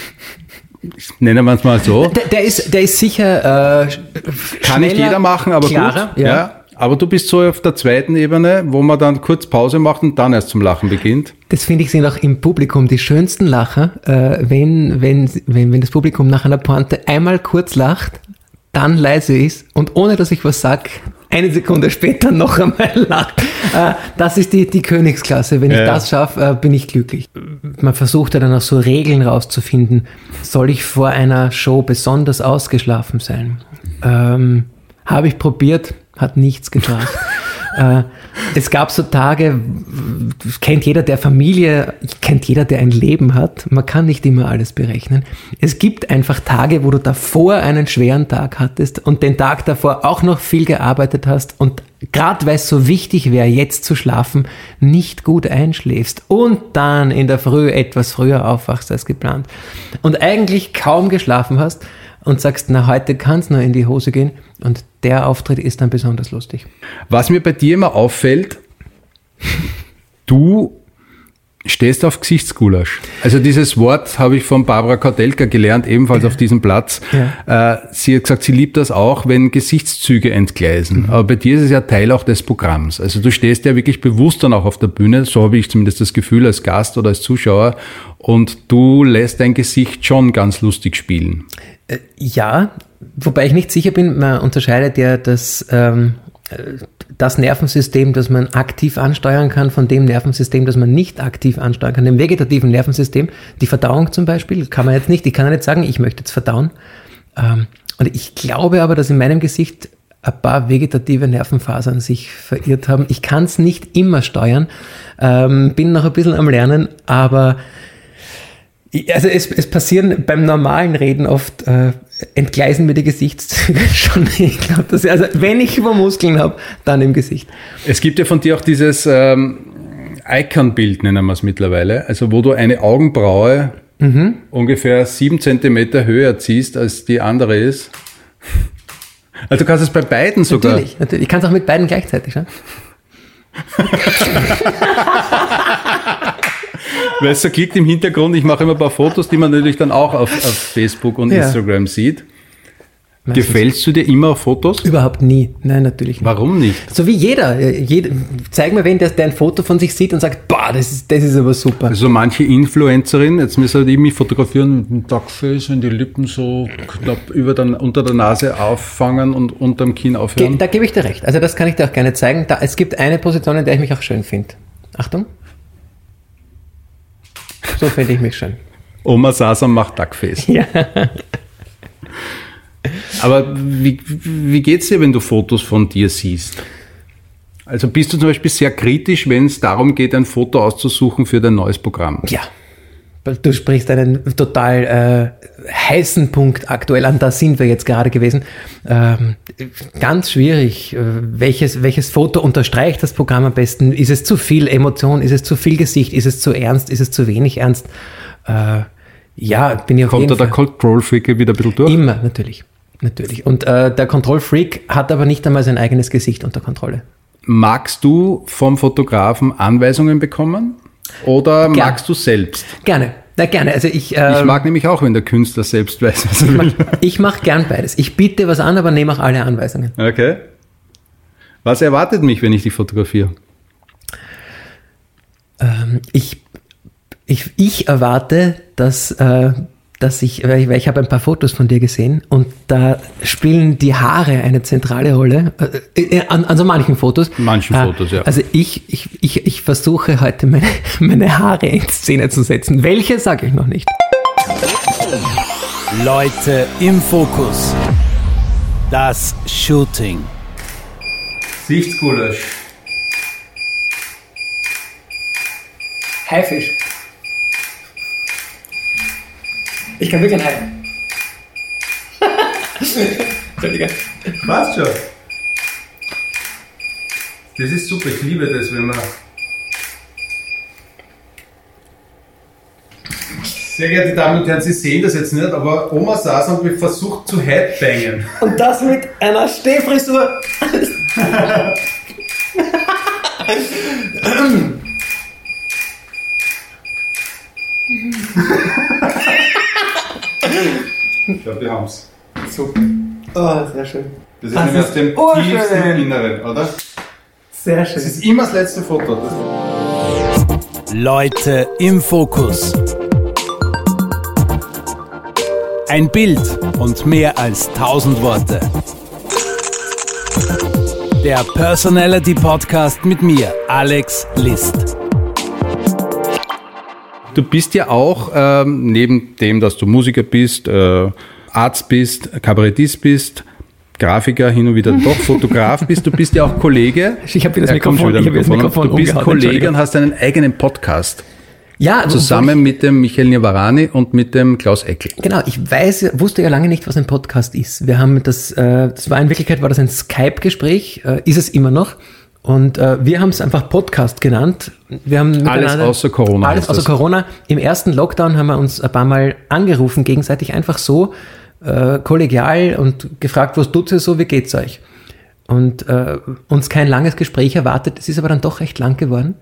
Nennen wir es mal so. Der, der, ist, der ist sicher äh, Kann nicht jeder machen, aber klarer, gut. Ja. Ja. Aber du bist so auf der zweiten Ebene, wo man dann kurz Pause macht und dann erst zum Lachen beginnt. Das finde ich sind auch im Publikum die schönsten Lacher, äh, wenn, wenn, wenn, wenn das Publikum nach einer Pointe einmal kurz lacht, dann leise ist und ohne dass ich was sage, eine Sekunde später noch einmal lacht. Äh, das ist die, die Königsklasse. Wenn ich ja. das schaffe, äh, bin ich glücklich. Man versucht ja dann auch so Regeln rauszufinden. Soll ich vor einer Show besonders ausgeschlafen sein? Ähm, habe ich probiert. Hat nichts gebracht. äh, es gab so Tage, kennt jeder, der Familie, kennt jeder, der ein Leben hat. Man kann nicht immer alles berechnen. Es gibt einfach Tage, wo du davor einen schweren Tag hattest und den Tag davor auch noch viel gearbeitet hast und gerade weil es so wichtig wäre, jetzt zu schlafen, nicht gut einschläfst und dann in der Früh etwas früher aufwachst als geplant und eigentlich kaum geschlafen hast und sagst, na, heute kann es nur in die Hose gehen. Und der Auftritt ist dann besonders lustig. Was mir bei dir immer auffällt, du stehst auf Gesichtsgulasch. Also dieses Wort habe ich von Barbara Kaudelka gelernt, ebenfalls ja. auf diesem Platz. Ja. Äh, sie hat gesagt, sie liebt das auch, wenn Gesichtszüge entgleisen. Mhm. Aber bei dir ist es ja Teil auch des Programms. Also du stehst ja wirklich bewusst dann auch auf der Bühne, so habe ich zumindest das Gefühl als Gast oder als Zuschauer, und du lässt dein Gesicht schon ganz lustig spielen. Äh, ja, wobei ich nicht sicher bin, man unterscheidet ja das, ähm, das Nervensystem, das man aktiv ansteuern kann, von dem Nervensystem, das man nicht aktiv ansteuern kann. Dem vegetativen Nervensystem, die Verdauung zum Beispiel, kann man jetzt nicht, ich kann ja nicht sagen, ich möchte jetzt verdauen. Ähm, und ich glaube aber, dass in meinem Gesicht ein paar vegetative Nervenfasern sich verirrt haben. Ich kann es nicht immer steuern, ähm, bin noch ein bisschen am Lernen, aber also es, es passieren beim normalen Reden oft, äh, entgleisen mir die Gesichtszüge schon. Ich glaube, dass also wenn ich über Muskeln habe, dann im Gesicht. Es gibt ja von dir auch dieses ähm, Icon-Bild, nennen wir es mittlerweile, also wo du eine Augenbraue mhm. ungefähr sieben Zentimeter höher ziehst, als die andere ist. Also du kannst es bei beiden sogar. Natürlich, natürlich. Ich kann es auch mit beiden gleichzeitig, ne? Weil es so klickt im Hintergrund, ich mache immer ein paar Fotos, die man natürlich dann auch auf, auf Facebook und ja. Instagram sieht. Meistens. Gefällst du dir immer auf Fotos? Überhaupt nie. Nein, natürlich nicht. Warum nicht? So wie jeder. jeder zeig mir wen, der, der ein Foto von sich sieht und sagt, boah, das ist, das ist aber super. Also manche Influencerin, jetzt müssen die mich fotografieren mit dem Duckface und die Lippen so knapp über der, unter der Nase auffangen und unterm Kinn aufhören. Ge- da gebe ich dir recht. Also das kann ich dir auch gerne zeigen. Da, es gibt eine Position, in der ich mich auch schön finde. Achtung. So finde ich mich schön. Oma Sasam macht Duckface. Ja. Aber wie, wie geht's dir, wenn du Fotos von dir siehst? Also bist du zum Beispiel sehr kritisch, wenn es darum geht, ein Foto auszusuchen für dein neues Programm? Ja. Du sprichst einen total äh, heißen Punkt aktuell an, da sind wir jetzt gerade gewesen. Ähm, ganz schwierig. Welches, welches Foto unterstreicht das Programm am besten? Ist es zu viel Emotion? Ist es zu viel Gesicht? Ist es zu ernst? Ist es zu wenig ernst? Äh, ja, bin ich auf Kommt jeden da Fall. der Control-Freak wieder ein bisschen durch? Immer, natürlich. natürlich. Und äh, der Kontrollfreak hat aber nicht einmal sein eigenes Gesicht unter Kontrolle. Magst du vom Fotografen Anweisungen bekommen oder Gerne. magst du selbst? Gerne, na, gerne. Also ich, äh, Ich mag nämlich auch, wenn der Künstler selbst weiß, was er ich, mach, will. ich mache gern beides. Ich biete was an, aber nehme auch alle Anweisungen. Okay. Was erwartet mich, wenn ich dich fotografiere? Ähm, ich, ich, ich erwarte, dass, äh, dass ich, weil ich, weil ich habe ein paar Fotos von dir gesehen und da spielen die Haare eine zentrale Rolle, äh, äh, an, an so manchen Fotos. Manchen Äh, Fotos, ja. Also ich, ich, ich, ich versuche heute meine, meine Haare in Szene zu setzen. Welche, sage ich noch nicht. Leute im Fokus. Das Shooting. Sichtsgulasch. Haifisch. Ich kann wirklich ein Hai. Entschuldige. Passt schon. Das ist super, ich liebe das, wenn man... Sehr geehrte Damen und Herren, Sie sehen das jetzt nicht, aber Oma saß und versucht zu headbangen. Und das mit einer Stehfrisur. Ich glaube, wir haben es. Super. Oh, sehr schön. Das ist Das nämlich ist aus dem urschön. tiefsten Inneren, oder? Sehr schön. Das ist immer das letzte Foto. Das Leute im Fokus. Ein Bild und mehr als tausend Worte. Der Personality Podcast mit mir, Alex List. Du bist ja auch, ähm, neben dem, dass du Musiker bist, äh, Arzt bist, Kabarettist bist, Grafiker, hin und wieder doch Fotograf bist, du bist ja auch Kollege. Ich habe wieder das Ja, komm schon Mikrofon, wieder ich hab wieder das Mikrofon. Mikrofon Du bist umgehauen, Kollege Entschuldigung. und hast einen eigenen Podcast. Ja, Zusammen mit dem Michael Niavarani und mit dem Klaus Eckel. Genau, ich weiß, wusste ja lange nicht, was ein Podcast ist. Wir haben das, äh, das war in Wirklichkeit war das ein Skype-Gespräch, äh, ist es immer noch. Und äh, wir haben es einfach Podcast genannt. Wir haben Alles miteinander- außer Corona. Alles heißt außer das. Corona. Im ersten Lockdown haben wir uns ein paar Mal angerufen, gegenseitig einfach so äh, kollegial und gefragt, was tut ihr so, wie geht's euch? Und äh, uns kein langes Gespräch erwartet. Es ist aber dann doch recht lang geworden.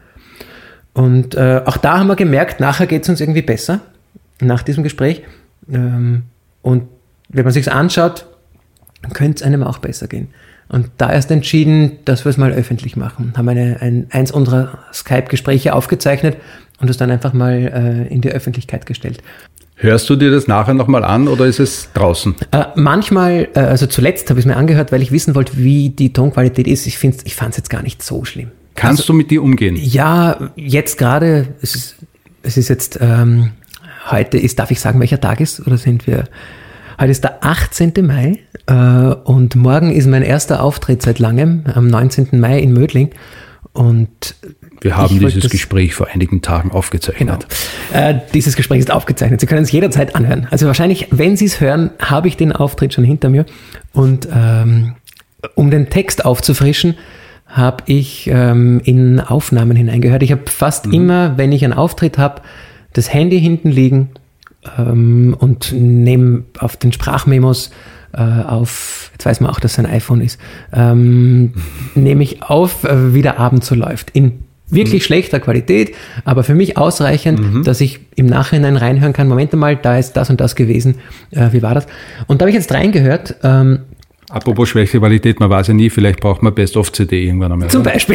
Und äh, auch da haben wir gemerkt, nachher geht's uns irgendwie besser, nach diesem Gespräch. Ähm, und wenn man sich's anschaut, könnte es einem auch besser gehen. Und da erst entschieden, dass wir es mal öffentlich machen. Haben eine, ein, eins unserer Skype-Gespräche aufgezeichnet und es dann einfach mal äh, in die Öffentlichkeit gestellt. Hörst du dir das nachher nochmal an oder ist es draußen? Äh, manchmal, äh, also zuletzt habe ich es mir angehört, weil ich wissen wollte, wie die Tonqualität ist. Ich, find's- ich fand es jetzt gar nicht so schlimm. Kannst du mit dir umgehen? Ja, jetzt gerade, es ist, es ist jetzt, ähm, heute ist, darf ich sagen, welcher Tag ist? Oder sind wir, heute ist der achtzehnten Mai äh, und morgen ist mein erster Auftritt seit langem, am neunzehnten Mai in Mödling. Und Wir haben ich wollte dieses das- Gespräch vor einigen Tagen aufgezeichnet. Genau. Äh, dieses Gespräch ist aufgezeichnet. Sie können es jederzeit anhören. Also wahrscheinlich, wenn Sie es hören, habe ich den Auftritt schon hinter mir. Und ähm, um den Text aufzufrischen, habe ich ähm, in Aufnahmen hineingehört. Ich habe fast Mhm. immer, wenn ich einen Auftritt habe, das Handy hinten liegen ähm, und nehme auf den Sprachmemos äh, auf, jetzt weiß man auch, dass es ein iPhone ist, ähm, nehme ich auf, äh, wie der Abend so läuft. In wirklich schlechter Qualität, aber für mich ausreichend, dass ich im Nachhinein reinhören kann, Moment mal, da ist das und das gewesen, äh, wie war das? Und da habe ich jetzt reingehört, ähm, Apropos schlechte Qualität, man weiß ja nie, vielleicht braucht man Best-of-C D irgendwann einmal. zum oder? Beispiel.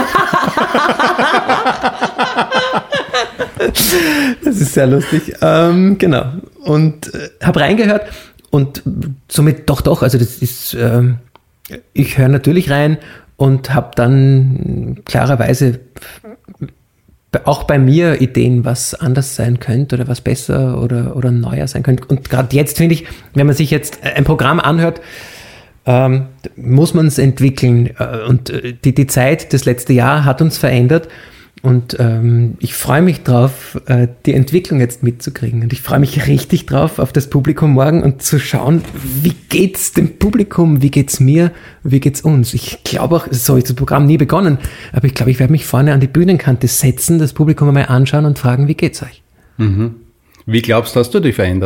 Das ist sehr lustig. Ähm, genau. Und äh, habe reingehört und somit doch, doch, also das ist, ähm, ich höre natürlich rein und habe dann klarerweise auch bei mir Ideen, was anders sein könnte oder was besser oder, oder neuer sein könnte. Und gerade jetzt finde ich, wenn man sich jetzt ein Programm anhört, ähm, muss man es entwickeln. Äh, Und äh, die, die Zeit, das letzte Jahr hat uns verändert. Und ähm, ich freue mich drauf, äh, die Entwicklung jetzt mitzukriegen. Und ich freue mich richtig drauf, auf das Publikum morgen und zu schauen, wie geht's dem Publikum, wie geht's mir, wie geht's uns. Ich glaube auch, so ist das Programm nie begonnen, aber ich glaube, ich werde mich vorne an die Bühnenkante setzen, das Publikum einmal anschauen und fragen, wie geht's euch? Wie glaubst du, hast du dich verändert?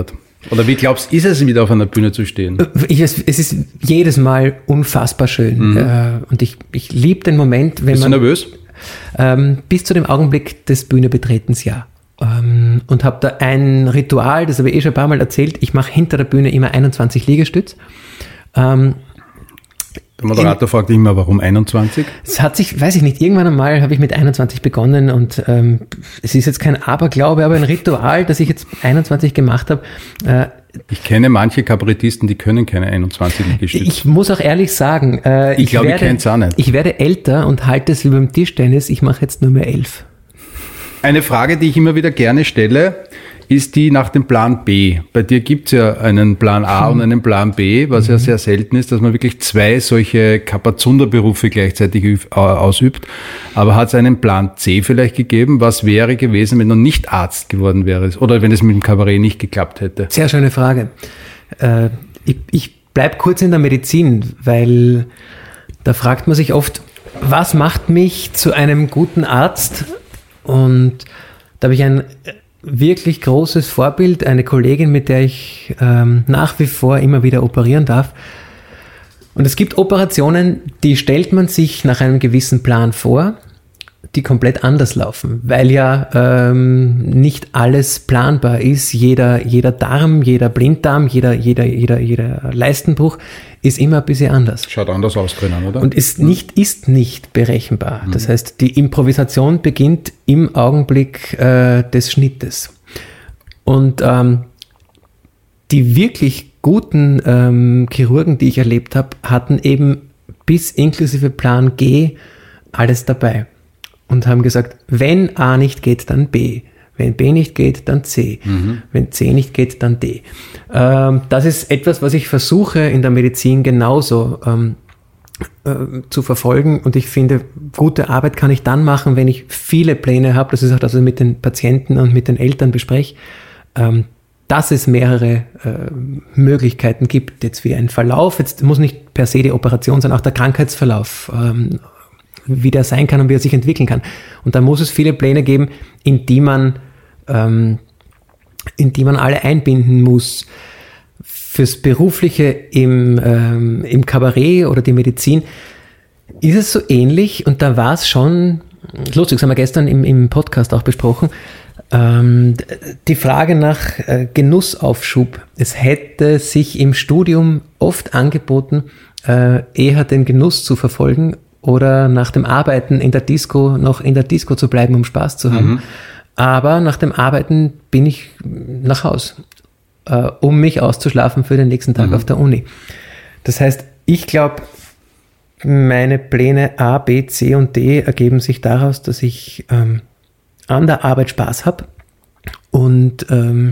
Oder wie glaubst du, ist es wieder auf einer Bühne zu stehen? Ich, es, es ist jedes Mal unfassbar schön. Mhm. Äh, und ich, ich liebe den Moment, wenn Bist man... du nervös? Ähm, bis zu dem Augenblick des Bühnebetretens, ja. Ähm, und habe da ein Ritual, das habe ich eh schon ein paar Mal erzählt. Ich mache hinter der Bühne immer einundzwanzig Liegestütz. Ähm, Der Moderator in, fragt immer, warum einundzwanzig? Es hat sich, weiß ich nicht, irgendwann einmal habe ich mit einundzwanzig begonnen und ähm, es ist jetzt kein Aberglaube, aber ein Ritual, das ich jetzt einundzwanzig gemacht habe. Äh, ich kenne manche Kabarettisten, die können keine einundzwanzig Liegestütze. Ich muss auch ehrlich sagen, äh, ich, ich glaube, ich kenne es auch nicht. Ich werde älter und halte es wie beim Tischtennis, ich mache jetzt nur mehr elf. Eine Frage, die ich immer wieder gerne stelle, ist die nach dem Plan B. Bei dir gibt es ja einen Plan A und einen Plan B, was mhm. ja sehr selten ist, dass man wirklich zwei solche Kapazunder-Berufe gleichzeitig ausübt. Aber hat es einen Plan C vielleicht gegeben? Was wäre gewesen, wenn du nicht Arzt geworden wärst? Oder wenn es mit dem Kabarett nicht geklappt hätte? Sehr schöne Frage. Äh, ich ich bleibe kurz in der Medizin, weil da fragt man sich oft, was macht mich zu einem guten Arzt? Und da habe ich ein wirklich großes Vorbild, eine Kollegin, mit der ich ähm, nach wie vor immer wieder operieren darf. Und es gibt Operationen, die stellt man sich nach einem gewissen Plan vor, die komplett anders laufen, weil ja ähm, nicht alles planbar ist. Jeder, jeder Darm, jeder Blinddarm, jeder, jeder, jeder, jeder Leistenbruch ist immer ein bisschen anders. Schaut anders aus drinnen, oder? Und ist nicht, ist nicht berechenbar. Mhm. Das heißt, die Improvisation beginnt im Augenblick äh, des Schnittes. Und ähm, die wirklich guten ähm, Chirurgen, die ich erlebt habe, hatten eben bis inklusive Plan G alles dabei. Und haben gesagt, wenn A nicht geht, dann B. Wenn B nicht geht, dann C. Mhm. Wenn C nicht geht, dann D. Ähm, das ist etwas, was ich versuche in der Medizin genauso ähm, äh, zu verfolgen. Und ich finde, gute Arbeit kann ich dann machen, wenn ich viele Pläne habe. Das ist auch das, was ich mit den Patienten und mit den Eltern bespreche. Ähm, dass es mehrere äh, Möglichkeiten gibt, jetzt wie ein Verlauf. Jetzt muss nicht per se die Operation sein, auch der Krankheitsverlauf. Ähm, wie der sein kann und wie er sich entwickeln kann. Und da muss es viele Pläne geben, in die man, ähm, in die man alle einbinden muss. Fürs Berufliche im, ähm, im Kabarett oder die Medizin ist es so ähnlich und da war es schon, lustig, das haben wir gestern im, im Podcast auch besprochen, ähm, die Frage nach äh, Genussaufschub. Es hätte sich im Studium oft angeboten, äh, eher den Genuss zu verfolgen oder nach dem Arbeiten in der Disco noch in der Disco zu bleiben, um Spaß zu haben. Mhm. Aber nach dem Arbeiten bin ich nach Haus, äh, um mich auszuschlafen für den nächsten Tag mhm. auf der Uni. Das heißt, ich glaube, meine Pläne A, B, C und D ergeben sich daraus, dass ich ähm, an der Arbeit Spaß habe und ähm,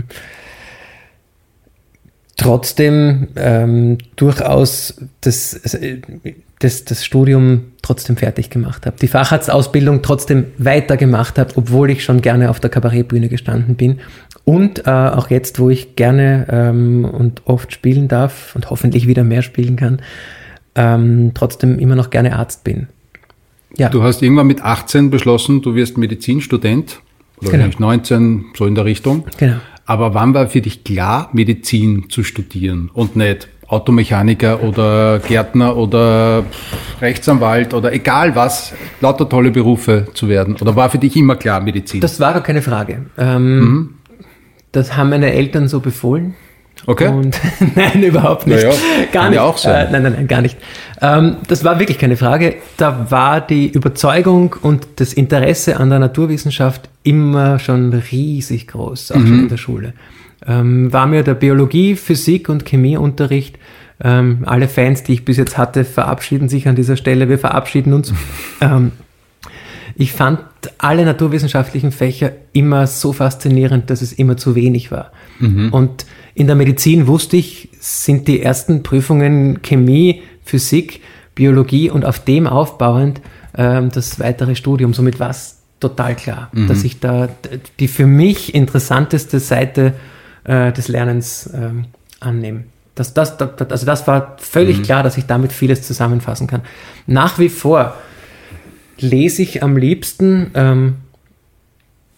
trotzdem ähm, durchaus das, das, das Studium trotzdem fertig gemacht habe. Die Facharztausbildung trotzdem weitergemacht habe, obwohl ich schon gerne auf der Kabarettbühne gestanden bin. Und äh, auch jetzt, wo ich gerne ähm, und oft spielen darf und hoffentlich wieder mehr spielen kann, ähm, trotzdem immer noch gerne Arzt bin. Ja. Du hast irgendwann mit achtzehn beschlossen, du wirst Medizinstudent. Oder genau. neunzehn, so in der Richtung. Genau. Aber wann war für dich klar, Medizin zu studieren und nicht Automechaniker oder Gärtner oder Rechtsanwalt oder egal was, lauter tolle Berufe zu werden? Oder war für dich immer klar Medizin? Das war gar keine Frage. Ähm, mhm. Das haben meine Eltern so befohlen. Okay. Und nein, überhaupt nicht. Naja, gar nicht. Ja auch sein. Äh, nein, nein, nein, gar nicht. Ähm, das war wirklich keine Frage. Da war die Überzeugung und das Interesse an der Naturwissenschaft immer schon riesig groß, auch mhm. schon in der Schule. Ähm, war mir der Biologie-, Physik- und Chemieunterricht. Ähm, alle Fans, die ich bis jetzt hatte, verabschieden sich an dieser Stelle. Wir verabschieden uns. ähm, ich fand alle naturwissenschaftlichen Fächer immer so faszinierend, dass es immer zu wenig war. Mhm. Und in der Medizin wusste ich, sind die ersten Prüfungen Chemie, Physik, Biologie und auf dem aufbauend ähm, das weitere Studium. Somit war es total klar, mhm. dass ich da die für mich interessanteste Seite äh, des Lernens ähm, annehme. Das, das, das, also das war völlig mhm. klar, dass ich damit vieles zusammenfassen kann. Nach wie vor lese ich am liebsten ähm,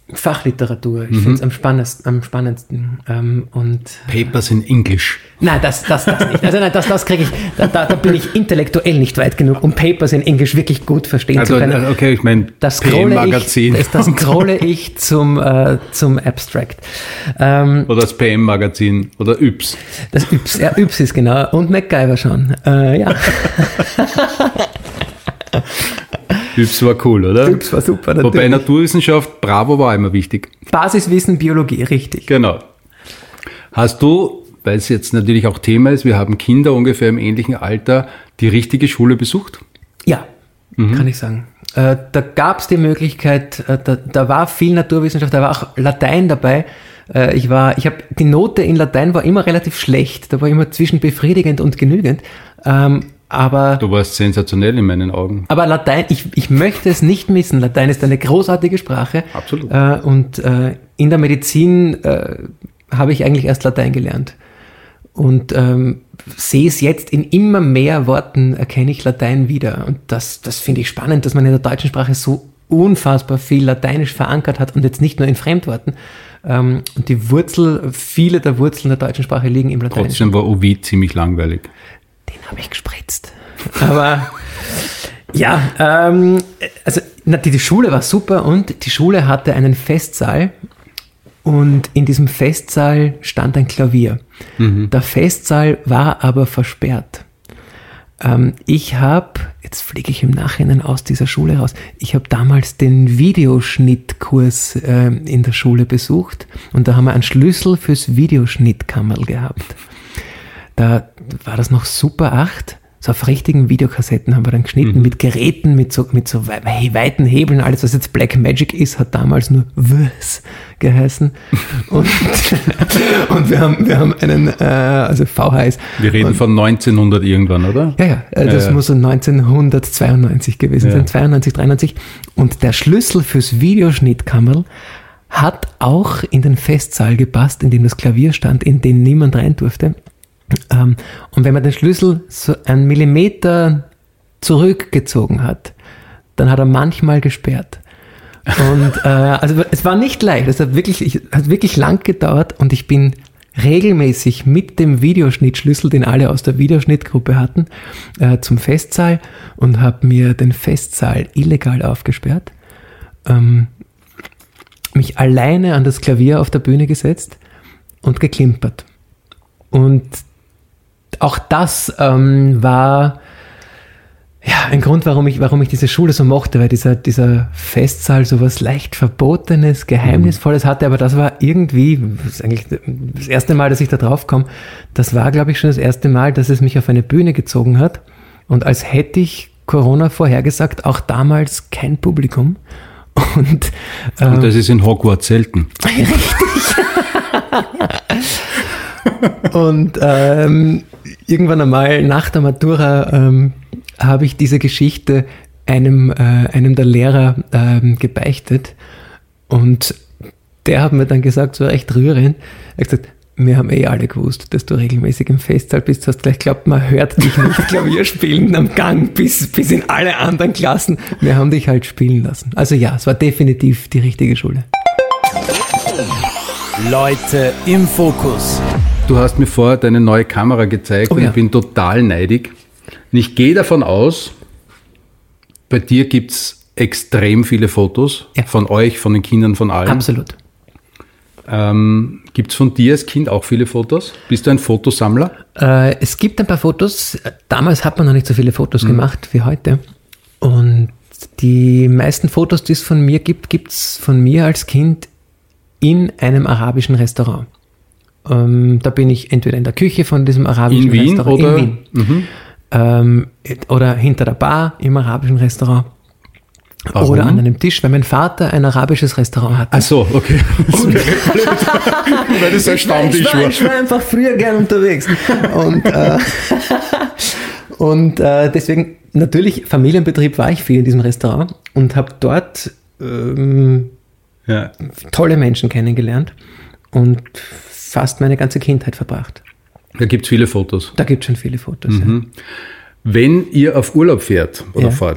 Fachliteratur. Ich mhm. finde es am spannendsten. Am spannendsten. Ähm, und Papers in English. Nein, das, das, das nicht. Also nein, das, das kriege ich, da, da, da bin ich intellektuell nicht weit genug, um Papers in Englisch wirklich gut verstehen also, zu können. Okay, ich meine, P M-Magazin. Das, das scrolle ich zum, äh, zum Abstract. Ähm, oder das P M-Magazin oder Yps. Das Yps, ja, Yps ist genau. Und MacGyver schon. Äh, ja. Yps war cool, oder? Yps war super, natürlich. Wobei Naturwissenschaft, Bravo war immer wichtig. Basiswissen, Biologie, richtig. Genau. Hast du, weil es jetzt natürlich auch Thema ist, wir haben Kinder ungefähr im ähnlichen Alter, die richtige Schule besucht? Ja, mhm. kann ich sagen. Äh, da gab es die Möglichkeit, äh, da, da war viel Naturwissenschaft, da war auch Latein dabei. Äh, ich war, ich habe die Note in Latein war immer relativ schlecht, da war immer zwischen befriedigend und genügend. Ähm, Aber, du warst sensationell in meinen Augen. Aber Latein, ich, ich möchte es nicht missen. Latein ist eine großartige Sprache. Absolut. Äh, und äh, in der Medizin äh, habe ich eigentlich erst Latein gelernt. Und ähm, sehe es jetzt in immer mehr Worten, erkenne ich Latein wieder. Und das, das finde ich spannend, dass man in der deutschen Sprache so unfassbar viel Lateinisch verankert hat und jetzt nicht nur in Fremdworten. Ähm, und die Wurzel, viele der Wurzeln der deutschen Sprache liegen im Lateinischen. Trotzdem war Ovid ziemlich langweilig. Den habe ich gespritzt. Aber ja, ähm, also na, die, die Schule war super und die Schule hatte einen Festsaal und in diesem Festsaal stand ein Klavier. Mhm. Der Festsaal war aber versperrt. Ähm, ich habe, jetzt fliege ich im Nachhinein aus dieser Schule raus, ich habe damals den Videoschnittkurs äh, in der Schule besucht und da haben wir einen Schlüssel fürs Videoschnittkammerl gehabt. Da war das noch Super acht, so auf richtigen Videokassetten haben wir dann geschnitten, mhm. mit Geräten, mit so, mit so weiten Hebeln, alles was jetzt Black Magic ist, hat damals nur W S geheißen. Und, und wir haben, wir haben einen, äh, also V H S. Wir reden und, von neunzehnhundert irgendwann, oder? Ja, ja, äh, das ja, ja. muss so neunzehnhundertzweiundneunzig gewesen ja. sein, zweiundneunzig, dreiundneunzig. Und der Schlüssel fürs Videoschnittkammerl hat auch in den Festsaal gepasst, in dem das Klavier stand, in den niemand rein durfte. Um, und wenn man den Schlüssel so einen Millimeter zurückgezogen hat, dann hat er manchmal gesperrt. Und äh, also es war nicht leicht, es hat wirklich, es hat wirklich lang gedauert und ich bin regelmäßig mit dem Videoschnittschlüssel, den alle aus der Videoschnittgruppe hatten, äh, zum Festsaal und habe mir den Festsaal illegal aufgesperrt, ähm, mich alleine an das Klavier auf der Bühne gesetzt und geklimpert. Und auch das ähm, war ja ein Grund, warum ich, warum ich diese Schule so mochte, weil dieser, dieser Festsaal so was leicht Verbotenes, Geheimnisvolles hatte, aber das war irgendwie, das ist eigentlich das erste Mal, dass ich da drauf komme, das war, glaube ich, schon das erste Mal, dass es mich auf eine Bühne gezogen hat und als hätte ich Corona vorhergesagt, auch damals kein Publikum. Und, ähm, und das ist in Hogwarts selten. Richtig. Und ähm, irgendwann einmal nach der Matura ähm, habe ich diese Geschichte einem, äh, einem der Lehrer ähm, gebeichtet und der hat mir dann gesagt, so recht rührend, er hat gesagt, wir haben eh alle gewusst, dass du regelmäßig im Festsaal bist, du hast gleich geglaubt, man hört dich nicht Klavier spielen am Gang bis, bis in alle anderen Klassen, wir haben dich halt spielen lassen. Also ja, es war definitiv die richtige Schule. Leute im Fokus. Du hast mir vorher deine neue Kamera gezeigt oh, und ja. ich bin total neidig. Und ich gehe davon aus, bei dir gibt es extrem viele Fotos ja. von euch, von den Kindern, von allen. Absolut. Ähm, gibt es von dir als Kind auch viele Fotos? Bist du ein Fotosammler? Äh, es gibt ein paar Fotos. Damals hat man noch nicht so viele Fotos mhm. gemacht wie heute. Und die meisten Fotos, die es von mir gibt, gibt es von mir als Kind in einem arabischen Restaurant. Ähm, da bin ich entweder in der Küche von diesem arabischen in Wien, Restaurant. Oder? In Wien. Mhm. Ähm, oder hinter der Bar im arabischen Restaurant. Warum? Oder an einem Tisch, weil mein Vater ein arabisches Restaurant hatte. Ach so, okay. Das wäre blöd, weil das ein Stammtisch ich war. war. Ich war einfach früher gern unterwegs. Und, äh, und äh, deswegen, natürlich, Familienbetrieb war ich viel in diesem Restaurant und habe dort ähm, ja. tolle Menschen kennengelernt und fast meine ganze Kindheit verbracht. Da gibt es viele Fotos. Da gibt es schon viele Fotos, mhm. ja. Wenn ihr auf Urlaub fährt oder ja. fahrt,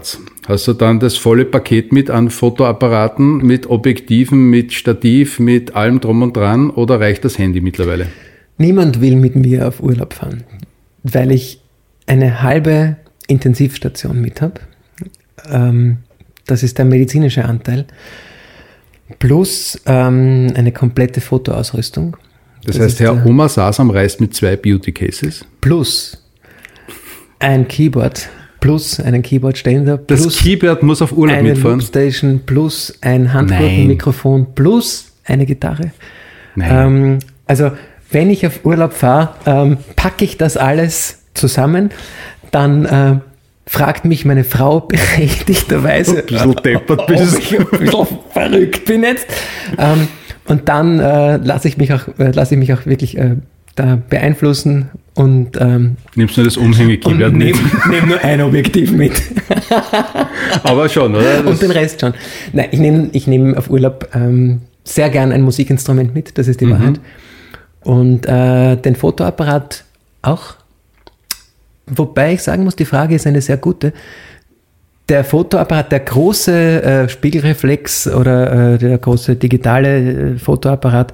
Hast du dann das volle Paket mit an Fotoapparaten, mit Objektiven, mit Stativ, mit allem drum und dran oder reicht das Handy mittlerweile? Niemand will mit mir auf Urlaub fahren, weil ich eine halbe Intensivstation mit habe. Ähm, das ist der medizinische Anteil. Plus ähm, eine komplette Fotoausrüstung. Das, das heißt, Herr Omar Sasam reist mit zwei Beauty Cases. Plus ein Keyboard, plus einen Keyboard-Ständer. Das Keyboard muss auf Urlaub eine mitfahren? Eine Loopstation, plus ein Handgurtenmikrofon, plus eine Gitarre. Nein. Ähm, also, wenn ich auf Urlaub fahre, ähm, packe ich das alles zusammen, dann äh, fragt mich meine Frau berechtigterweise, ein bisschen deppert ob bist. ich ein bisschen verrückt bin jetzt. Ähm, und dann äh, lasse ich mich auch, äh, lasse ich mich auch wirklich äh, da beeinflussen und ähm, nimmst du das Umhänge-Keyboard mit? Nehm, nehm nur ein Objektiv mit. Aber schon, oder? Das und den Rest schon. Nein, ich nehme ich nehm auf Urlaub ähm, sehr gern ein Musikinstrument mit, das ist die mhm. Wahrheit. Und äh, den Fotoapparat auch. Wobei ich sagen muss, die Frage ist eine sehr gute. Der Fotoapparat, der große äh, Spiegelreflex oder äh, der große digitale äh, Fotoapparat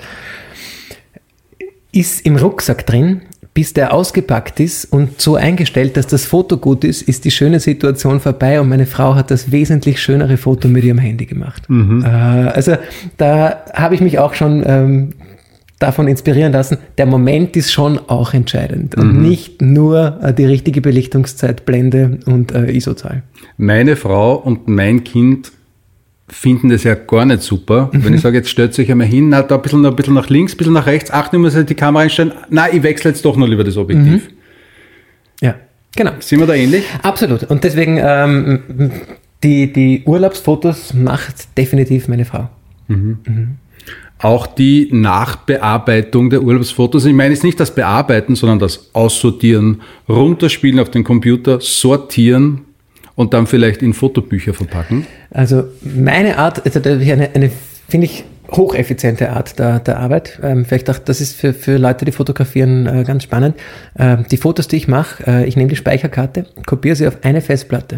ist im Rucksack drin, bis der ausgepackt ist und so eingestellt, dass das Foto gut ist, ist die schöne Situation vorbei und meine Frau hat das wesentlich schönere Foto mit ihrem Handy gemacht. Mhm. Äh, also da habe ich mich auch schon ähm, davon inspirieren lassen. Der Moment ist schon auch entscheidend und mhm. nicht nur äh, die richtige Belichtungszeit, Blende und äh, I S O-Zahl. Meine Frau und mein Kind finden das ja gar nicht super. Mhm. Wenn ich sage, jetzt stellt euch einmal hin, na, da ein bisschen, ein bisschen nach links, ein bisschen nach rechts, ach, ich muss halt die Kamera einstellen, nein, ich wechsle jetzt doch noch lieber das Objektiv. Mhm. Ja, genau. Sind wir da ähnlich? Absolut. Und deswegen, ähm, die, die Urlaubsfotos macht definitiv meine Frau. Mhm. Mhm. Auch die Nachbearbeitung der Urlaubsfotos, ich meine jetzt nicht das Bearbeiten, sondern das Aussortieren, runterspielen auf den Computer, sortieren und dann vielleicht in Fotobücher verpacken? Also meine Art, also eine, eine finde ich, hocheffiziente Art der, der Arbeit. Ähm, vielleicht auch, das ist für, für Leute, die fotografieren, äh, ganz spannend. Ähm, die Fotos, die ich mache, äh, ich nehme die Speicherkarte, kopiere sie auf eine Festplatte.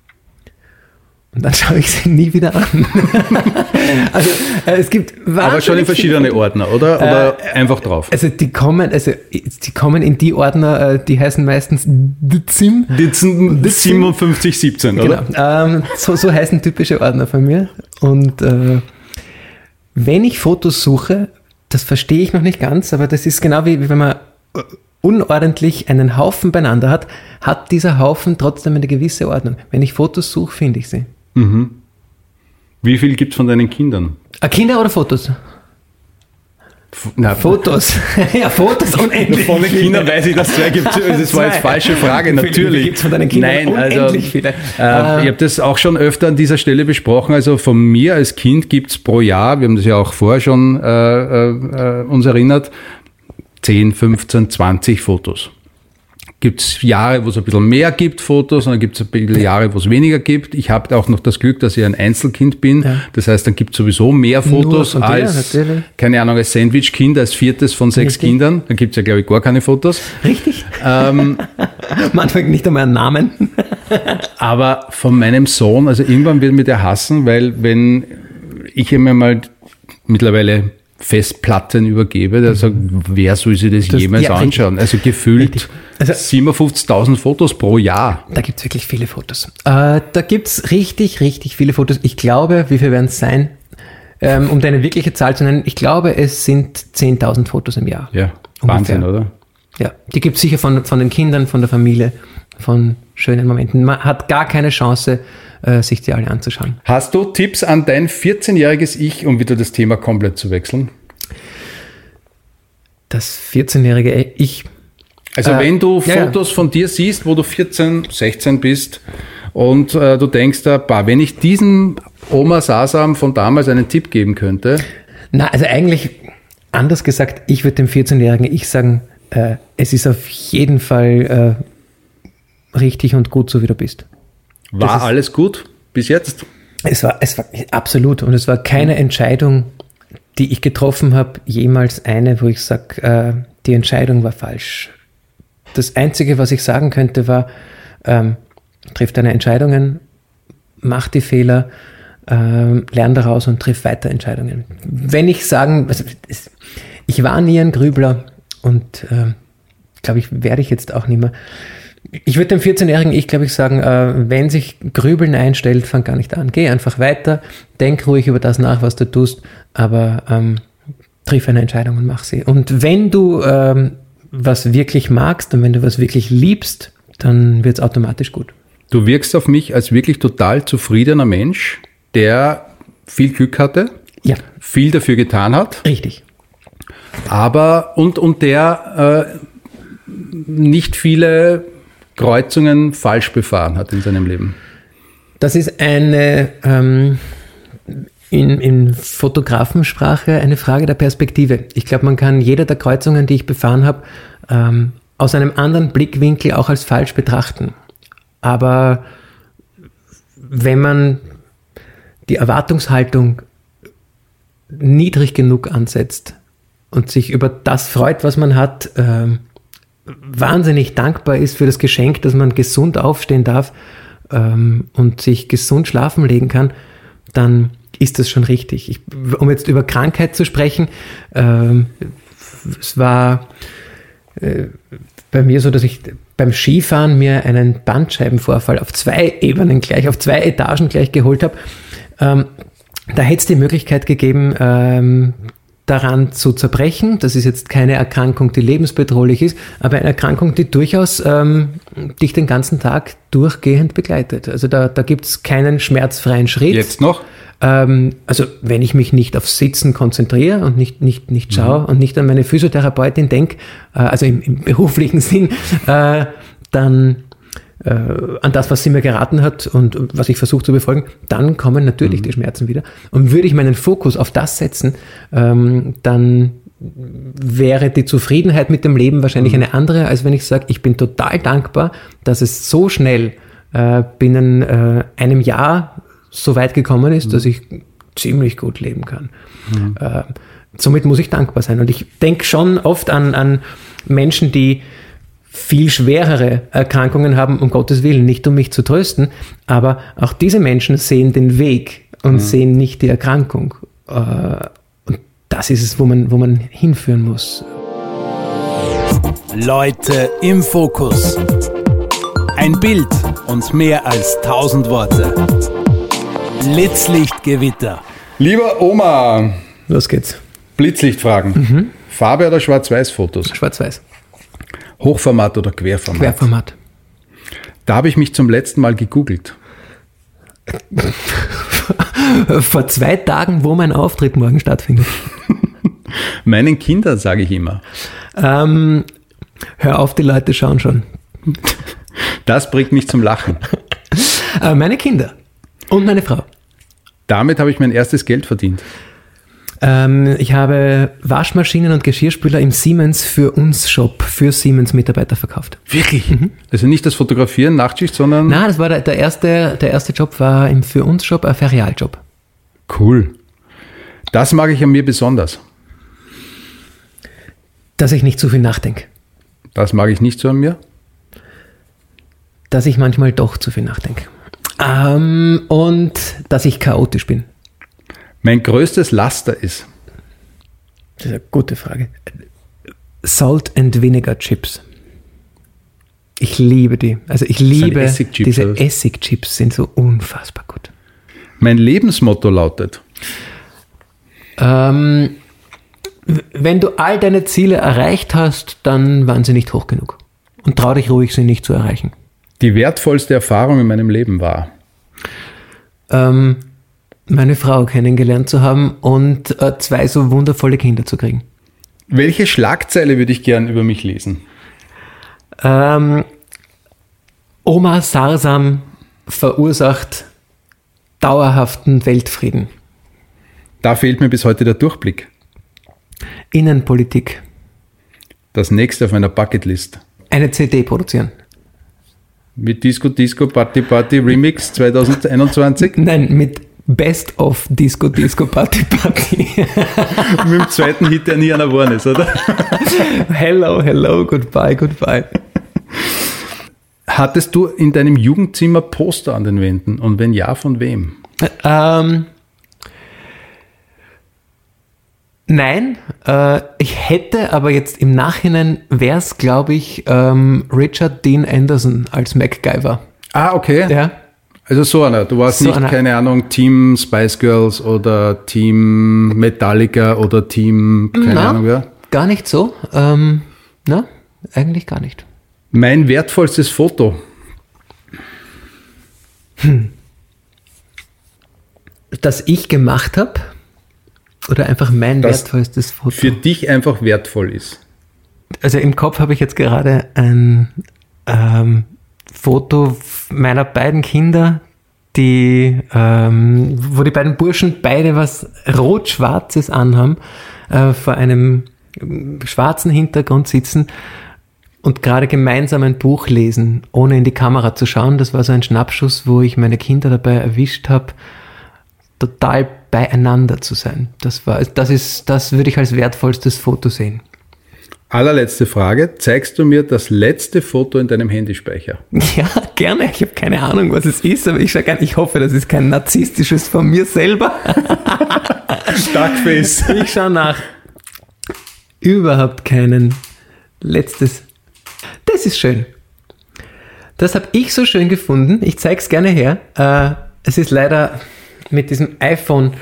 Und dann schaue ich sie nie wieder an. Also äh, es gibt aber schon in verschiedene viele Ordner, oder? Oder äh, einfach drauf? Also die kommen, also die kommen in die Ordner, äh, die heißen meistens D Z I M. D Z I M siebenundfünfzig siebzehn, oder? Genau. Ähm, so, so heißen typische Ordner von mir. Und äh, wenn ich Fotos suche, das verstehe ich noch nicht ganz, aber das ist genau wie, wie wenn man unordentlich einen Haufen beieinander hat, hat dieser Haufen trotzdem eine gewisse Ordnung. Wenn ich Fotos suche, finde ich sie. Mhm. Wie viel gibt es von deinen Kindern? Ah, Kinder oder Fotos? F- Na, Fotos. Ja, Fotos unendlich. Von den Kindern weiß ich, dass es zwei gibt. Das war jetzt falsche Frage, natürlich. Wie viel gibt es von deinen Kindern? Nein, unendlich also, viele. Äh, ich habe das auch schon öfter an dieser Stelle besprochen. Also von mir als Kind gibt es pro Jahr, wir haben das ja auch vorher schon äh, äh, uns erinnert, zehn, fünfzehn, zwanzig Fotos. Gibt es Jahre, wo es ein bisschen mehr gibt, Fotos, und dann gibt es ein bisschen Jahre, wo es weniger gibt. Ich habe auch noch das Glück, dass ich ein Einzelkind bin. Ja. Das heißt, dann gibt es sowieso mehr Fotos dir, als, natürlich. keine Ahnung, als Sandwich-Kind, als viertes von sechs Richtig. Kindern. Dann gibt es ja, glaube ich, gar keine Fotos. Richtig. Ähm, Manchmal nicht einmal einen Namen. Aber von meinem Sohn, also irgendwann wird mir der hassen, weil wenn ich ihm mal mittlerweile Festplatten übergebe, der sagt, wer soll sich das, das jemals ja, anschauen? Also gefühlt also, siebenundfünfzigtausend Fotos pro Jahr. Da gibt es wirklich viele Fotos. Äh, da gibt es richtig, richtig viele Fotos. Ich glaube, wie viel werden es sein? Ähm, um deine wirkliche Zahl zu nennen, ich glaube, es sind zehntausend Fotos im Jahr. Ja, ungefähr. Wahnsinn, oder? Ja, die gibt es sicher von, von den Kindern, von der Familie, von schönen Momenten. Man hat gar keine Chance, äh, sich die alle anzuschauen. Hast du Tipps an dein vierzehnjähriges Ich, um wieder das Thema komplett zu wechseln? Das vierzehnjährige Ich? Also äh, wenn du ja, Fotos ja. von dir siehst, wo du vierzehn, sechzehn bist und äh, du denkst, da, bah, wenn ich diesem Omar Sasam von damals einen Tipp geben könnte. Na, also eigentlich, anders gesagt, ich würde dem vierzehnjährigen Ich sagen, äh, es ist auf jeden Fall äh, richtig und gut, so wie du bist. War ist, alles gut bis jetzt? Es war, es war absolut, und es war keine Entscheidung, die ich getroffen habe, jemals eine, wo ich sage, äh, die Entscheidung war falsch. Das Einzige, was ich sagen könnte, war, ähm, triff deine Entscheidungen, mach die Fehler, äh, lern daraus und triff weiter Entscheidungen. Wenn ich sagen, also es, ich war nie ein Grübler und äh, glaube ich, werde ich jetzt auch nicht mehr. Ich würde dem vierzehnjährigen Ich, glaube ich, sagen, äh, wenn sich Grübeln einstellt, fang gar nicht an. Geh einfach weiter, denk ruhig über das nach, was du tust, aber ähm, triff eine Entscheidung und mach sie. Und wenn du ähm, was wirklich magst und wenn du was wirklich liebst, dann wird es automatisch gut. Du wirkst auf mich als wirklich total zufriedener Mensch, der viel Glück hatte, ja, viel dafür getan hat. Richtig. Aber und, und der äh, nicht viele Kreuzungen falsch befahren hat in seinem Leben. Das ist eine ähm, in, in Fotografensprache eine Frage der Perspektive. Ich glaube, man kann jede der Kreuzungen, die ich befahren habe, ähm, aus einem anderen Blickwinkel auch als falsch betrachten. Aber wenn man die Erwartungshaltung niedrig genug ansetzt und sich über das freut, was man hat, ähm, wahnsinnig dankbar ist für das Geschenk, dass man gesund aufstehen darf ähm, und sich gesund schlafen legen kann, dann ist das schon richtig. Ich, um jetzt über Krankheit zu sprechen, ähm, es war äh, bei mir so, dass ich beim Skifahren mir einen Bandscheibenvorfall auf zwei Ebenen gleich, auf zwei Etagen gleich geholt habe. Ähm, da hätte es die Möglichkeit gegeben, ähm, daran zu zerbrechen. Das ist jetzt keine Erkrankung, die lebensbedrohlich ist, aber eine Erkrankung, die durchaus ähm, dich den ganzen Tag durchgehend begleitet. Also da, da gibt es keinen schmerzfreien Schritt. Jetzt noch? Ähm, also wenn ich mich nicht aufs Sitzen konzentriere und nicht, nicht, nicht schaue mhm. und nicht an meine Physiotherapeutin denke, äh, also im, im beruflichen Sinn, äh, dann äh, an das, was sie mir geraten hat und was ich versuche zu befolgen, dann kommen natürlich mhm. die Schmerzen wieder. Und würde ich meinen Fokus auf das setzen, ähm, dann wäre die Zufriedenheit mit dem Leben wahrscheinlich mhm. eine andere, als wenn ich sage, ich bin total dankbar, dass es so schnell äh, binnen äh, einem Jahr so weit gekommen ist, mhm. dass ich ziemlich gut leben kann. Mhm. Äh, somit muss ich dankbar sein. Und ich denke schon oft an, an Menschen, die viel schwerere Erkrankungen haben, um Gottes Willen, nicht um mich zu trösten, aber auch diese Menschen sehen den Weg und mhm. sehen nicht die Erkrankung. Äh, und das ist es, wo man, wo man hinführen muss. Leute im Fokus. Ein Bild und mehr als tausend Worte. Blitzlichtgewitter. Lieber Oma. Los geht's. Blitzlichtfragen. Mhm. Farbe oder Schwarz-Weiß-Fotos? Schwarz-Weiß. Hochformat oder Querformat? Querformat. Da habe ich mich zum letzten Mal gegoogelt. Vor zwei Tagen, wo mein Auftritt morgen stattfindet. Meinen Kindern sage ich immer. Ähm, hör auf, die Leute schauen schon. Das bringt mich zum Lachen. Äh, meine Kinder und meine Frau. Damit habe ich mein erstes Geld verdient. Ähm, ich habe Waschmaschinen und Geschirrspüler im Siemens für uns Shop, für Siemens Mitarbeiter verkauft. Wirklich? Mhm. Also nicht das Fotografieren, Nachtschicht, sondern... Nein, das war der, der, erste, der erste Job war im für uns Shop ein Ferialjob. Cool. Das mag ich an mir besonders. Dass ich nicht zu viel nachdenke. Das mag ich nicht so an mir. Dass ich manchmal doch zu viel nachdenke. Ähm, und dass ich chaotisch bin. Mein größtes Laster ist? Das ist eine gute Frage. Salt and Vinegar Chips. Ich liebe die. Also ich liebe Essigchips, diese oder? Essigchips, sind so unfassbar gut. Mein Lebensmotto lautet? Ähm, wenn du all deine Ziele erreicht hast, dann waren sie nicht hoch genug. Und trau dich ruhig, sie nicht zu erreichen. Die wertvollste Erfahrung in meinem Leben war? Ähm, meine Frau kennengelernt zu haben und äh, zwei so wundervolle Kinder zu kriegen. Welche Schlagzeile würde ich gern über mich lesen? Ähm, Oma Sarsam verursacht dauerhaften Weltfrieden. Da fehlt mir bis heute der Durchblick. Innenpolitik. Das nächste auf meiner Bucketlist. Eine C D produzieren. Mit Disco Disco Party Party Remix zwanzig einundzwanzig? Nein, mit Best of Disco Disco Party Party. Mit dem zweiten Hit, der nie einer geworden ist, oder? Hello, hello, goodbye, goodbye. Hattest du in deinem Jugendzimmer Poster an den Wänden? Und wenn ja, von wem? Ähm, nein, äh, ich hätte, aber jetzt im Nachhinein wäre es, glaube ich, ähm, Richard Dean Anderson als MacGyver. Ah, okay. Ja. Also so einer. Du warst So nicht, einer. keine Ahnung, Team Spice Girls oder Team Metallica oder Team, keine Na, Ahnung wer. Gar nicht so. Ähm, na, eigentlich gar nicht. Mein wertvollstes Foto. Das ich gemacht habe oder einfach mein Das wertvollstes Foto? Für dich einfach wertvoll ist. Also im Kopf habe ich jetzt gerade ein ähm, Foto meiner beiden Kinder, die, ähm, wo die beiden Burschen beide was Rot-Schwarzes anhaben, äh, vor einem schwarzen Hintergrund sitzen und gerade gemeinsam ein Buch lesen, ohne in die Kamera zu schauen. Das war so ein Schnappschuss, wo ich meine Kinder dabei erwischt habe, total beieinander zu sein. Das war, das ist, das würde ich als wertvollstes Foto sehen. Allerletzte Frage. Zeigst du mir das letzte Foto in deinem Handyspeicher? Ja, gerne. Ich habe keine Ahnung, was es ist, aber ich, schau gerne, ich hoffe, das ist kein narzisstisches von mir selber. Starkface. Ich schaue nach. Überhaupt keinen. Letztes. Das ist schön. Das habe ich so schön gefunden. Ich zeige es gerne her. Äh, es ist leider mit diesem iPhone-Effekt,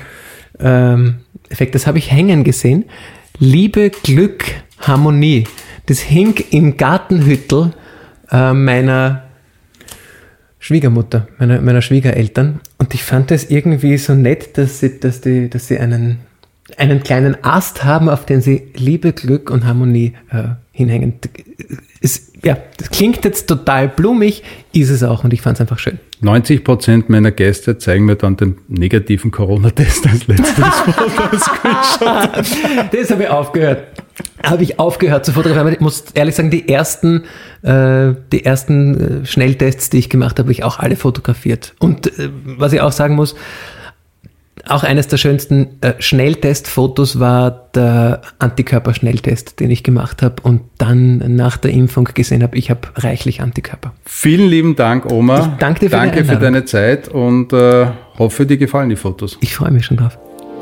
ähm, das habe ich hängen gesehen. Liebe, Glück, Harmonie. Das hing im Gartenhüttel äh, meiner Schwiegermutter, meiner, meiner Schwiegereltern. Und ich fand das irgendwie so nett, dass sie, dass die, dass sie einen, einen kleinen Ast haben, auf den sie Liebe, Glück und Harmonie äh, hinhängen. Es, ja, das klingt jetzt total blumig, ist es auch und ich fand es einfach schön. neunzig Prozent meiner Gäste zeigen mir dann den negativen Corona-Test als letztes Foto als Screenshot. Das habe ich aufgehört. Habe ich aufgehört zu fotografieren. Ich muss ehrlich sagen, die ersten, äh, die ersten äh, Schnelltests, die ich gemacht habe, habe ich auch alle fotografiert. Und äh, was ich auch sagen muss, auch eines der schönsten äh, Schnelltestfotos war der Antikörperschnelltest, den ich gemacht habe und dann nach der Impfung gesehen habe, ich habe reichlich Antikörper. Vielen lieben Dank, Oma. Ich danke dir für danke die für Einladung. deine Zeit und äh, hoffe, dir gefallen die Fotos. Ich freue mich schon drauf.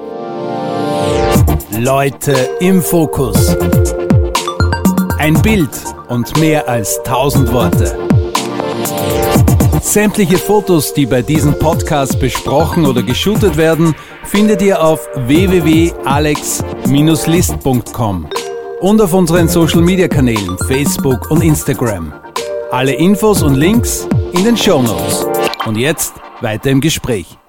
Leute im Fokus. Ein Bild und mehr als tausend Worte. Sämtliche Fotos, die bei diesem Podcast besprochen oder geshootet werden, findet ihr auf w w w punkt alex Bindestrich list punkt com und auf unseren Social-Media-Kanälen Facebook und Instagram. Alle Infos und Links in den Shownotes. Und jetzt weiter im Gespräch.